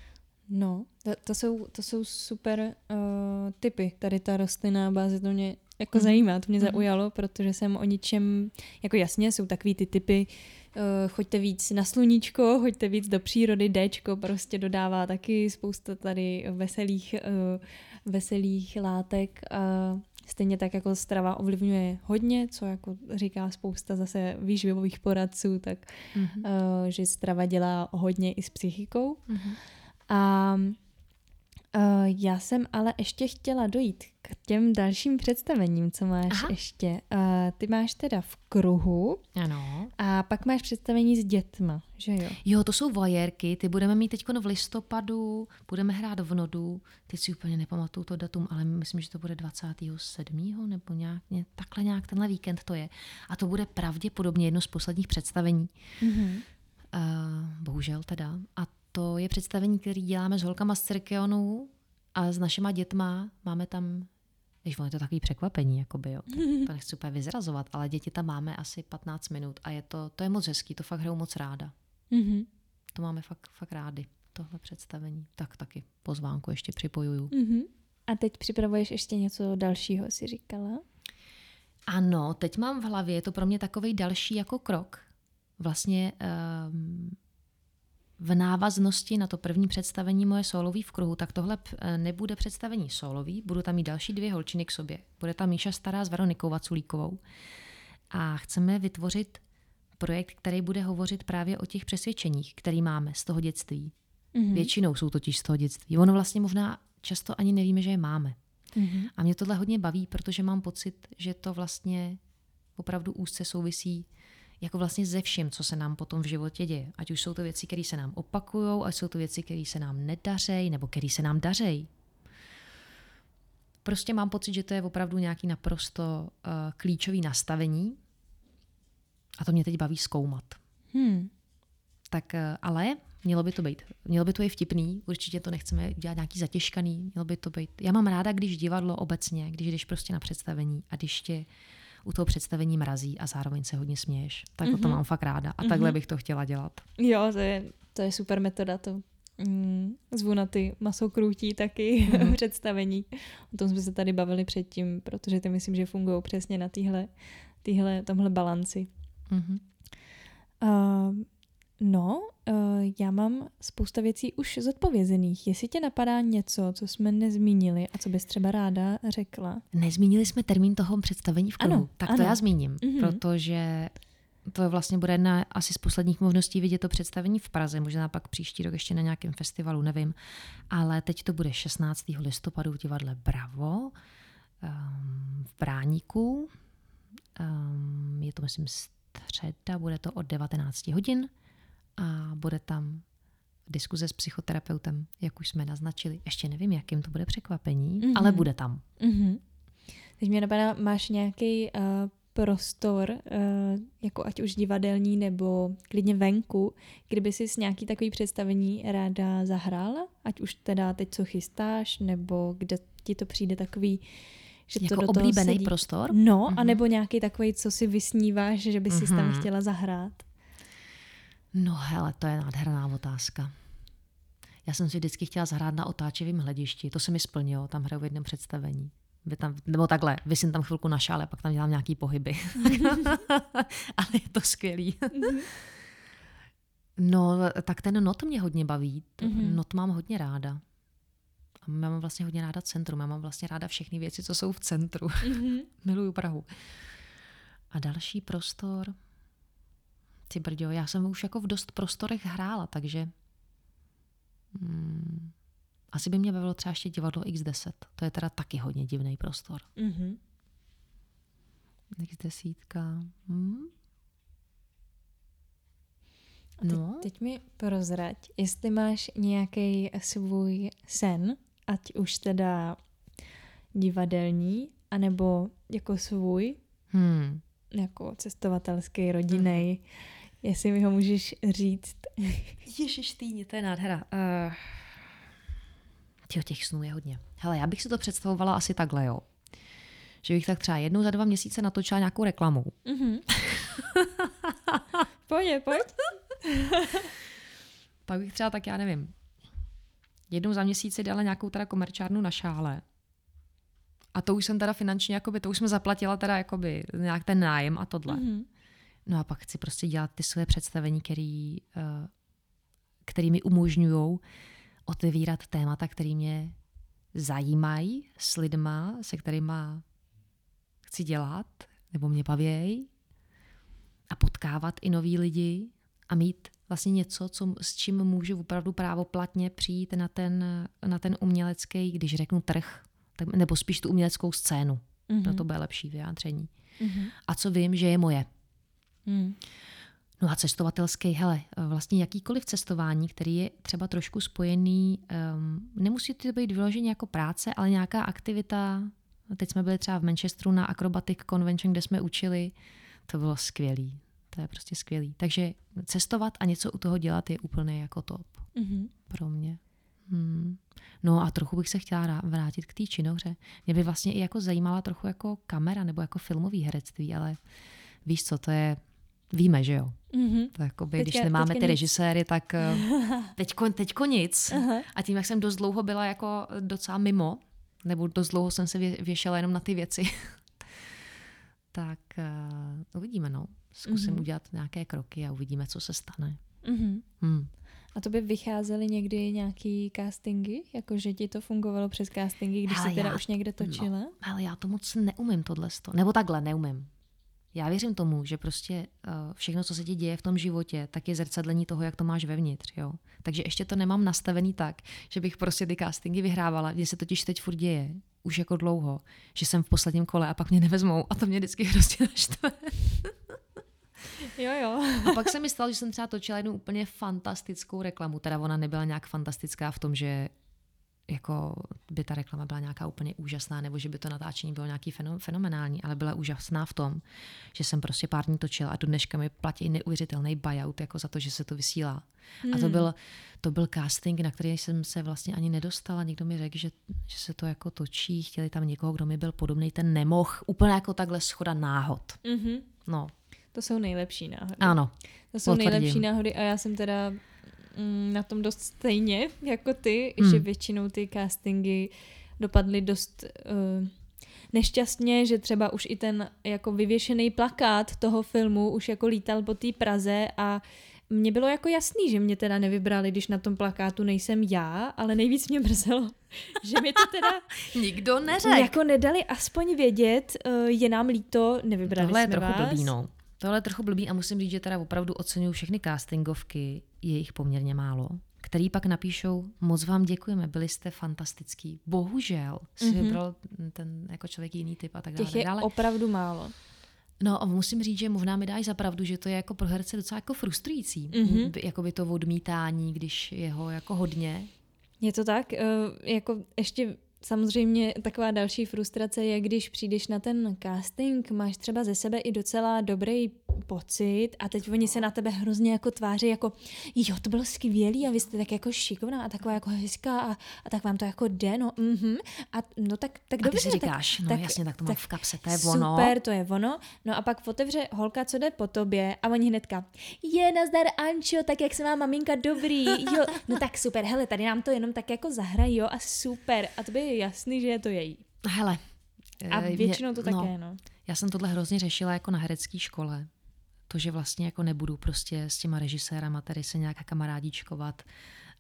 No, to, to, jsou, to jsou super uh, typy. Tady ta rostlinná báze, to mě jako mm. zajímá, to mě mm. zaujalo, protože jsem o ničem, jako jasně, jsou takový ty typy, uh, choďte víc na sluníčko, choďte víc do přírody, Dčko prostě dodává taky spousta tady veselých, uh, veselých látek a stejně tak jako strava ovlivňuje hodně, co jako říká spousta zase výživových poradců, tak mm. uh, že strava dělá hodně i s psychikou. Mm. A uh, já jsem ale ještě chtěla dojít k těm dalším představením, co máš Aha. ještě. Uh, ty máš teda v kruhu ano. A pak máš představení s dětma, že jo? Jo, to jsou voyérky, ty budeme mít teď v listopadu, budeme hrát v Nodu, teď si úplně nepamatuju to datum, ale myslím, že to bude dvacátého sedmého nebo nějak, ně, takhle nějak tenhle víkend to je. A to bude pravděpodobně jedno z posledních představení. Mm-hmm. Uh, bohužel teda. A to je představení, které děláme s holkama z Cirkeonu a s našima dětma. Máme tam, když je to takový překvapení, jakoby, jo. To, to nechci úplně vyzrazovat, ale děti tam máme asi patnáct minut a je to, to je moc hezký, to fakt hrajou moc ráda. Mm-hmm. To máme fakt, fakt rádi, tohle představení. Tak taky pozvánku ještě připojuju. Mm-hmm. A teď připravuješ ještě něco dalšího, si říkala? Ano, teď mám v hlavě, je to pro mě takovej další jako krok. Vlastně um, v návaznosti na to první představení moje sólový v kruhu, tak tohle nebude představení sólový, budu tam mít další dvě holčiny k sobě. Bude tam Míša Stará s Veronikou Vaculíkovou. A chceme vytvořit projekt, který bude hovořit právě o těch přesvědčeních, které máme z toho dětství. Mm-hmm. Většinou jsou totiž z toho dětství. Ono vlastně možná často ani nevíme, že je máme. Mm-hmm. A mě tohle hodně baví, protože mám pocit, že to vlastně opravdu úzce souvisí jako vlastně ze vším, co se nám potom v životě děje. Ať už jsou to věci, které se nám opakujou, ať jsou to věci, které se nám nedařejí, nebo které se nám dařejí. Prostě mám pocit, že to je opravdu nějaký naprosto uh, klíčový nastavení a to mě teď baví zkoumat. Hmm. Tak, uh, ale mělo by to být. Mělo by to být vtipný, určitě to nechceme dělat nějaký zatěžkaný, mělo by to být. Já mám ráda, když divadlo obecně, když jdeš prostě na představení a když tě u toho představení mrazí a zároveň se hodně směješ. Tak mm-hmm. to mám fakt ráda. A mm-hmm. takhle bych to chtěla dělat. Jo, to je, to je super metoda. To mm, zvu na ty masokrůtí taky mm-hmm. představení. O tom jsme se tady bavili předtím, protože ty myslím, že fungují přesně na týhle, týhle, tomhle balanci. Mm-hmm. Uh, no, uh, já mám spousta věcí už zodpovězených. Jestli tě napadá něco, co jsme nezmínili a co bys třeba ráda řekla? Nezmínili jsme termín toho představení v kruhu. Ano, tak ano. to já zmíním, mm-hmm. protože to vlastně bude jedna asi z posledních možností vidět to představení v Praze. Možná pak příští rok ještě na nějakém festivalu, nevím. Ale teď to bude šestnáctého listopadu v divadle Bravo um, v Bráníku. Um, je to, myslím, středa, bude to od devatenáct hodin. A bude tam diskuze s psychoterapeutem, jak už jsme naznačili. Ještě nevím, jakým to bude překvapení, mm-hmm. ale bude tam. Mm-hmm. Teď mě napadá, máš nějaký uh, prostor, uh, jako ať už divadelní nebo klidně venku, kdyby jsi s nějaký takový představení ráda zahrála? Ať už teda teď, co chystáš, nebo kde ti to přijde takový, že jako to do oblíbený toho sedí. prostor? No, mm-hmm. anebo nějaký takový, co si vysníváš, že bys mm-hmm. si tam chtěla zahrát. No hele, to je nádherná otázka. Já jsem si vždycky chtěla zahrát na otáčivém hledišti. To se mi splnilo, tam hraju v jednom představení. Vy tam, nebo takhle, vysím tam chvilku na šále, pak tam dělám nějaký pohyby. Ale je to skvělý. No, tak ten not mě hodně baví. Mm-hmm. Not mám hodně ráda. A mám vlastně hodně ráda centrum. Já mám vlastně ráda všechny věci, co jsou v centru. Mm-hmm. Miluju Prahu. A další prostor... Ty brďo, já jsem už jako v dost prostorech hrála, takže... Hmm, asi by mě bavilo třeba ještě divadlo iks deset. To je teda taky hodně divný prostor. Mm-hmm. iks deset. Hmm? A teď, no. teď mi prozrať, jestli máš nějaký svůj sen, ať už teda divadelní, anebo jako svůj, hmm. jako cestovatelský, rodinný, hmm. jestli mi ho můžeš říct. Ježištýně, to je nádhera. Uh, Těho těch snů je hodně. Hele, já bych si to představovala asi takhle, jo. Že bych tak třeba jednou za dva měsíce natočila nějakou reklamu. Mm-hmm. Pojď, pojď. Pak bych třeba tak, já nevím, jednou za měsíc si dala nějakou teda komerčárnu na šále. A to už jsem teda finančně, jakoby, to už jsme zaplatila teda jakoby nějak ten nájem a tohle. Mm-hmm. No a pak chci prostě dělat ty své představení, který, uh, který mi umožňují otevírat témata, který mě zajímají s lidma, se kterýma chci dělat, nebo mě bavějí. A potkávat i nový lidi a mít vlastně něco, co, s čím můžu opravdu právoplatně přijít na ten, na ten umělecký, když řeknu trh, tak, nebo spíš tu uměleckou scénu. Mm-hmm. No to bude lepší vyjádření. Mm-hmm. A co vím, že je moje. Mm. No a cestovatelský, hele, vlastně jakýkoliv cestování, který je třeba trošku spojený, um, nemusí to být vyloženě jako práce, ale nějaká aktivita. Teď jsme byli třeba v Manchesteru na Acrobatic Convention, kde jsme učili. To bylo skvělý. To je prostě skvělý. Takže cestovat a něco u toho dělat je úplně jako top. Mm-hmm. Pro mě. Hmm. No a trochu bych se chtěla vrátit k té činohře. Mě by vlastně i jako zajímala trochu jako kamera nebo jako filmový herectví, ale víš co, to je, víme, že jo. Mm-hmm. To jakoby, teďka, když nemáme ty nic. Režiséry, tak teďko, teďko nic. Aha. A tím, jak jsem dost dlouho byla jako docela mimo, nebo dost dlouho jsem se věšela jenom na ty věci, tak uh, uvidíme, no. Zkusím mm-hmm. udělat nějaké kroky a uvidíme, co se stane. Mm-hmm. Hmm. A to by vycházely někdy nějaký castingy? Jako, že ti to fungovalo přes castingy, když hele, jsi teda já, už někde točila? No, ale já to moc neumím tohleto. Nebo takhle, neumím. Já věřím tomu, že prostě uh, všechno, co se ti děje v tom životě, tak je zrcadlení toho, jak to máš vevnitř. Jo? Takže ještě to nemám nastavený tak, že bych prostě ty castingy vyhrávala, kde se totiž teď furt děje, už jako dlouho, že jsem v posledním kole a pak mě nevezmou a to mě vždycky hrozně naštve. Jo, jo. A pak se mi stalo, že jsem třeba točila jednu úplně fantastickou reklamu. Teda ona nebyla nějak fantastická v tom, že jako by ta reklama byla nějaká úplně úžasná, nebo že by to natáčení bylo nějaký fenomenální, ale byla úžasná v tom, že jsem prostě pár dní točila a do dneška mi platí neuvěřitelný buyout jako za to, že se to vysílá. Hmm. A to byl, to byl casting, na který jsem se vlastně ani nedostala. Někdo mi řekl, že, že se to jako točí, chtěli tam někoho, kdo mi byl podobný, ten nemoh. Úplně jako takhle shoda náhod. Mm-hmm. No. To jsou nejlepší náhody. Ano. To jsou potvrdím. nejlepší náhody a já jsem teda mm, na tom dost stejně jako ty, hmm. že většinou ty castingy dopadly dost uh, nešťastně, že třeba už i ten jako vyvěšený plakát toho filmu už jako lítal po té Praze a mně bylo jako jasný, že mě teda nevybrali, když na tom plakátu nejsem já, ale nejvíc mě mrzelo, že mi to teda nikdo neřekl. Jako nedali aspoň vědět, uh, je nám líto, nevybrali Tohle jsme je trochu vás. blbý, no. Tohle je trochu blbý a musím říct, že teda opravdu oceňuji všechny castingovky, je jich poměrně málo, který pak napíšou, moc vám děkujeme, byli jste fantastický. Bohužel si mm-hmm. vybral ten jako člověk jiný typ a tak dále. Těch je dále. Opravdu málo. No a musím říct, že možná mi dáš za pravdu, že to je jako pro herce docela jako frustrující. Mm-hmm. Jakoby to odmítání, když je ho jako hodně. Je to tak, jako ještě samozřejmě taková další frustrace je, když přijdeš na ten casting, máš třeba ze sebe i docela dobrý pocit a teď oni se na tebe hrozně jako tváří jako jo, to bylo skvělý a vy jste tak jako šikovná a taková jako hezká a, a tak vám to jako jde, no mhm. A no tak, tak a dobře. A ty si říkáš, tak, no tak, jasně, tak to tak mám v kapse, to je super, ono. Super, to je ono. No a pak otevře holka, co jde po tobě a oni hnedka, je nazdar Ančo, tak jak se má maminka dobrý, jo, no tak super, hele, tady nám to jenom tak jako zahrají, jo, a super. A to by je jasný, že je to její. Hele. A většinou to mě, také, no. no. Já jsem tohle hrozně řešila jako na herecké škole. To, že vlastně jako nebudu prostě s těma režisérama tady se nějak kamarádičkovat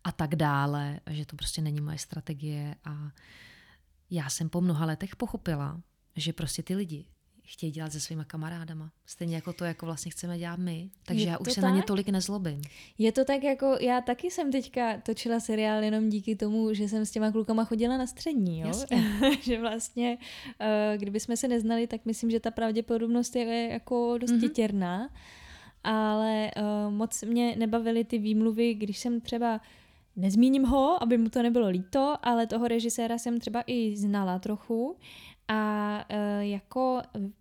a tak dále, že to prostě není moje strategie a já jsem po mnoha letech pochopila, že prostě ty lidi chtějí dělat se svýma kamarádama. Stejně jako to, jako vlastně chceme dělat my. Takže je já už se tak? na ně tolik nezlobím. Je to tak jako, já taky jsem teďka točila seriál jenom díky tomu, že jsem s těma klukama chodila na střední, jo? Že vlastně, kdyby jsme se neznali, tak myslím, že ta pravděpodobnost je jako dosti mm-hmm. těrná. Ale uh, moc mě nebavily ty výmluvy, když jsem třeba, nezmíním ho, aby mu to nebylo líto, ale toho režiséra jsem třeba i znala trochu a uh, jako,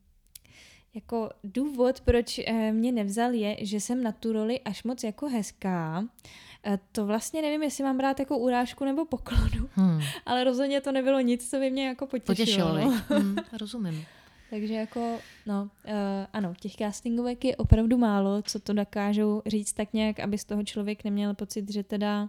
jako důvod, proč uh, mě nevzal je, že jsem na tu roli až moc jako hezká. Uh, to vlastně nevím, jestli mám brát jako urážku nebo poklonu, hmm. ale rozhodně to nebylo nic, co by mě jako potěšilo. Potěšilo, no. hmm, rozumím. Takže jako, no, uh, ano, těch castingovek je opravdu málo, co to dokážou říct tak nějak, aby z toho člověk neměl pocit, že teda,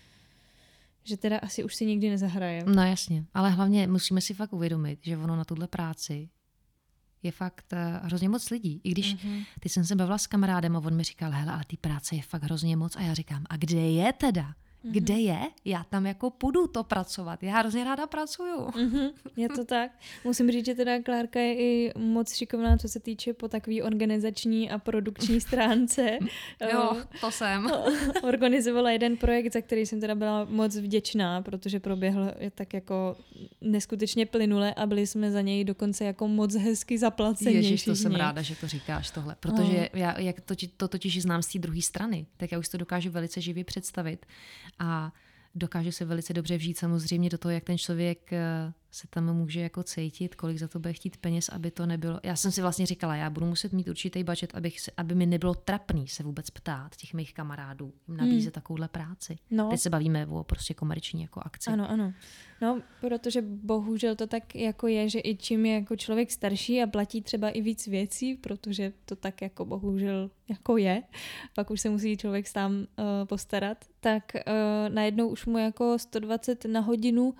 že teda asi už si nikdy nezahraje. No jasně, ale hlavně musíme si fakt uvědomit, že ono na tuhle práci je fakt uh, hrozně moc lidí. I když mm-hmm. ty jsem se bavila s kamarádem a on mi říkal, hele, ale ty práce je fakt hrozně moc a já říkám, a kde je teda? Kde je? Já tam jako půjdu to pracovat. Já hrozně ráda pracuju. Mm-hmm, je to tak. Musím říct, že teda Klárka je i moc šikovná, co se týče po takové organizační a produkční stránce. Jo, to jsem. Organizovala jeden projekt, za který jsem teda byla moc vděčná, protože proběhl tak jako neskutečně plynule a byli jsme za něj dokonce jako moc hezky zaplaceni. Ježiš, to jsem ráda, že to říkáš tohle. Protože oh. já jak to, to totiž znám z té druhé strany, tak já už to dokážu velice živě představit. A dokáže se velice dobře vžít samozřejmě do toho, jak ten člověk se tam může jako cítit, kolik za to bude chtít peněz, aby to nebylo. Já jsem si vlastně říkala, já budu muset mít určitý budget, abych se, aby mi nebylo trapný se vůbec ptát těch mých kamarádů, jim nabízet hmm. takovouhle práci. No. Teď se bavíme o prostě komerční jako akci. Ano, ano. No, protože bohužel to tak jako je, že i čím je jako člověk starší a platí třeba i víc věcí, protože to tak jako bohužel jako je, pak už se musí člověk sám uh, postarat, tak uh, najednou už mu jako sto dvacet na hodinu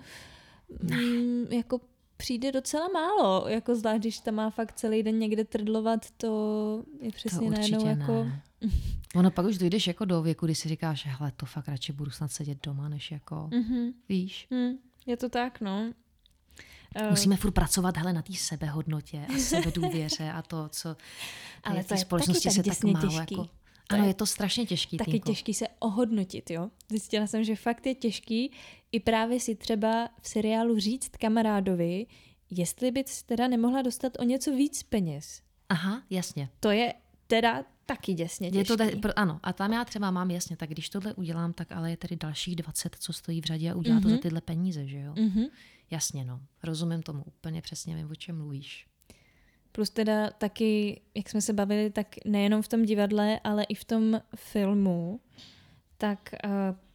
mm, jako přijde docela málo, jako zvlášť, když tam má fakt celý den někde trdlovat, to je přesně to najednou ne. jako... Ono pak už dojdeš jako do věku, kdy si říkáš, hele, to fakt radši budu snad sedět doma, než jako, mm-hmm. víš. Mm, je to tak, no. Musíme furt pracovat hele, na té sebehodnotě a sebedůvěře a to, co ale v té společnosti tak se tak málo těžký. jako... Ano, je to strašně těžký. Taky týnko. těžký se ohodnotit, jo. Zjistila jsem, že fakt je těžký i právě si třeba v seriálu říct kamarádovi, jestli bys teda nemohla dostat o něco víc peněz. Aha, jasně. To je teda taky děsně těžký. Je to te, ano, a tam já třeba mám jasně, tak když tohle udělám, tak ale je tady dalších dvacet, co stojí v řadě a udělá mm-hmm. to za tyhle peníze, že jo? Mm-hmm. Jasně, no. Rozumím tomu, úplně přesně vím, o čem mluvíš. Plus teda taky, jak jsme se bavili, tak nejenom v tom divadle, ale i v tom filmu, tak uh,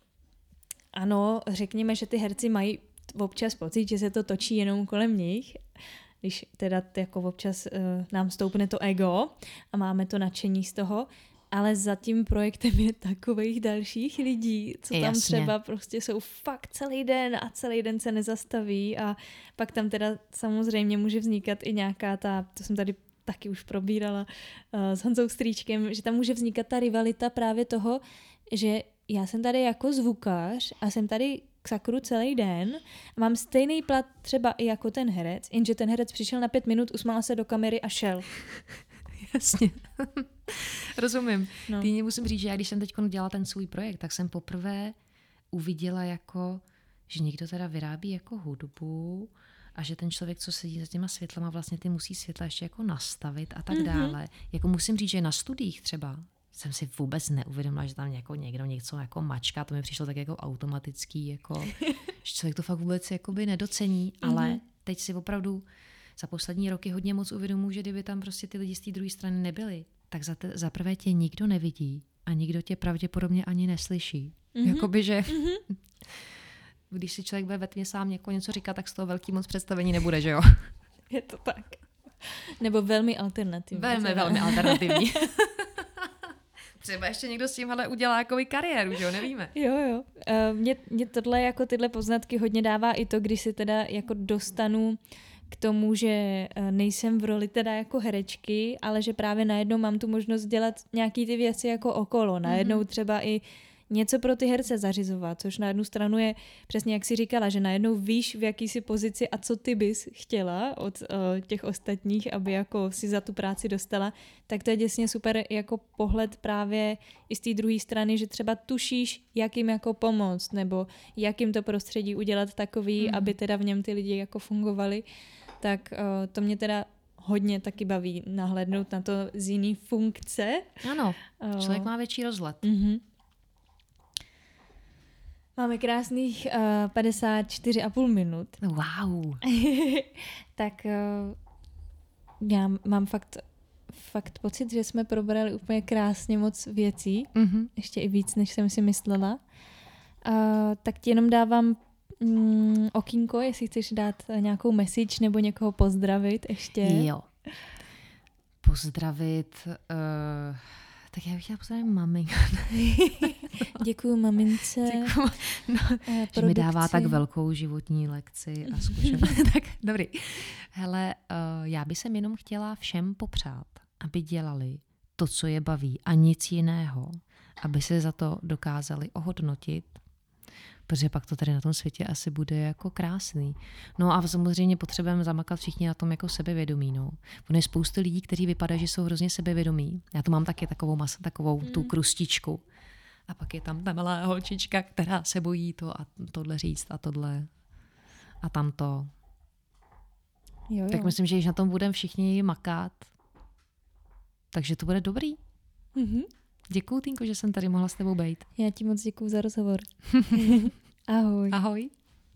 ano, řekněme, že ty herci mají občas pocit, že se to točí jenom kolem nich, když teda jako občas uh, nám stoupne to ego a máme to nadšení z toho, ale za tím projektem je takových dalších lidí, co tam Jasně. třeba prostě jsou fakt celý den a celý den se nezastaví a pak tam teda samozřejmě může vznikat i nějaká ta, to jsem tady taky už probírala uh, s Honzou Strýčkem, že tam může vznikat ta rivalita právě toho, že já jsem tady jako zvukař a jsem tady k sakru celý den a mám stejný plat třeba i jako ten herec, jenže ten herec přišel na pět minut, usmál se do kamery a šel. Jasně. Rozumím. No. Týně musím říct, že já když jsem teď dělala ten svůj projekt, tak jsem poprvé uviděla jako, že někdo teda vyrábí jako hudbu a že ten člověk, co sedí za těma světlama, vlastně ty musí světla ještě jako nastavit a tak mm-hmm. dále. Jako musím říct, že na studiích třeba jsem si vůbec neuvědomila, že tam jako někdo něco jako mačká, to mi přišlo tak jako automatický, jako, že člověk to fakt vůbec jakoby nedocení, mm-hmm. ale teď si opravdu za poslední roky hodně moc uvědomuji, že kdyby tam prostě ty lidi z té druhé strany nebyli, tak za, te, za prvé tě nikdo nevidí a nikdo tě pravděpodobně ani neslyší. Mm-hmm. Jakoby, že mm-hmm. když si člověk bude ve tmě sám někoho něco říkat, tak z toho velký moc představení nebude, že jo? Je to tak. Nebo velmi alternativní. Velmi, velmi alternativní. Třeba ještě někdo s tímhle udělá jakoby kariéru, že jo, nevíme. Jo, jo. Uh, mě, mě tohle, jako tyhle poznatky hodně dává i to, když si teda jako dostanu k tomu, že nejsem v roli teda jako herečky, ale že právě najednou mám tu možnost dělat nějaký ty věci jako okolo. Najednou třeba i něco pro ty herce zařizovat, což na jednu stranu je přesně jak jsi říkala, že najednou víš, v jaký jsi pozici a co ty bys chtěla od uh, těch ostatních, aby jako si za tu práci dostala, tak to je děsně super jako pohled právě i z té druhé strany, že třeba tušíš, jak jim jako pomoct, nebo jak jim to prostředí udělat takový, mm. aby teda v něm ty lidi jako fungovali, tak uh, to mě teda hodně taky baví nahlédnout na to z jiný funkce. Ano, člověk má větší rozhled. Uh-huh. Máme krásných uh, padesát čtyři a půl minut. Wow. Tak uh, já mám fakt, fakt pocit, že jsme probrali úplně krásně moc věcí. Uh-huh. Ještě i víc, než jsem si myslela. Uh, tak ti jenom dávám Mm, okýnko, jestli chceš dát nějakou message nebo někoho pozdravit ještě. Jo. Pozdravit, uh, tak já bych chtěla pozdravit mami. Děkuju mamince. Děkuju, no, že mi dává tak velkou životní lekci a zkušenost. Tak dobrý. Hele, uh, já bych sem jenom chtěla všem popřát, aby dělali to, co je baví a nic jiného, aby se za to dokázali ohodnotit, protože pak to tady na tom světě asi bude jako krásný. No a samozřejmě potřebujeme zamakat všichni na tom jako sebevědomí. No. Ono je spoustu lidí, kteří vypadají, že jsou hrozně sebevědomí. Já to mám taky takovou masu, takovou mm. tu krustičku. A pak je tam ta malá holčička, která se bojí to a tohle říct a tohle a tamto. Jo, jo. Tak myslím, že když na tom budeme všichni makat, takže to bude dobrý. Mhm. Děkuju, Týnko, že jsem tady mohla s tebou bejt. Já ti moc děkuju za rozhovor. Ahoj. Ahoj.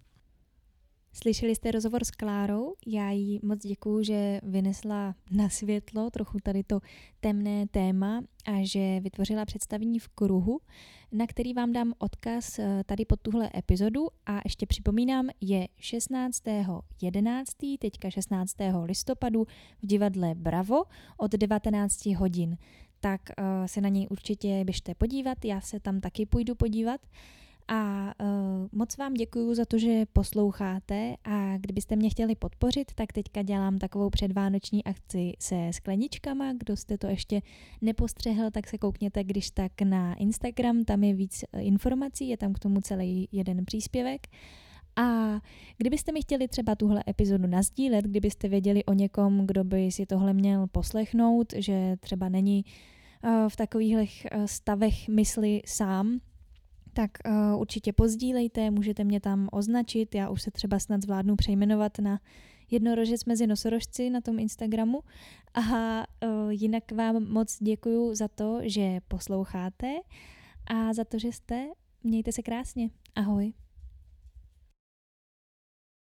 Slyšeli jste rozhovor s Klárou? Já jí moc děkuju, že vynesla na světlo trochu tady to temné téma a že vytvořila představení v kruhu, na který vám dám odkaz tady pod tuhle epizodu a ještě připomínám, je šestnáctého jedenáctého teďka šestnáctého listopadu v divadle Bravo od devatenáct hodin. Tak uh, se na něj určitě běžte podívat, já se tam taky půjdu podívat a uh, moc vám děkuju za to, že posloucháte a kdybyste mě chtěli podpořit, tak teďka dělám takovou předvánoční akci se skleničkama, kdo jste to ještě nepostřehl, tak se koukněte když tak na Instagram, tam je víc informací, je tam k tomu celý jeden příspěvek. A kdybyste mi chtěli třeba tuhle epizodu nasdílet, kdybyste věděli o někom, kdo by si tohle měl poslechnout, že třeba není uh, v takových uh, stavech mysli sám, tak uh, určitě pozdílejte, můžete mě tam označit, já už se třeba snad zvládnu přejmenovat na Jednorožec mezi nosorožci na tom Instagramu. A uh, jinak vám moc děkuju za to, že posloucháte a za to, že jste. Mějte se krásně. Ahoj.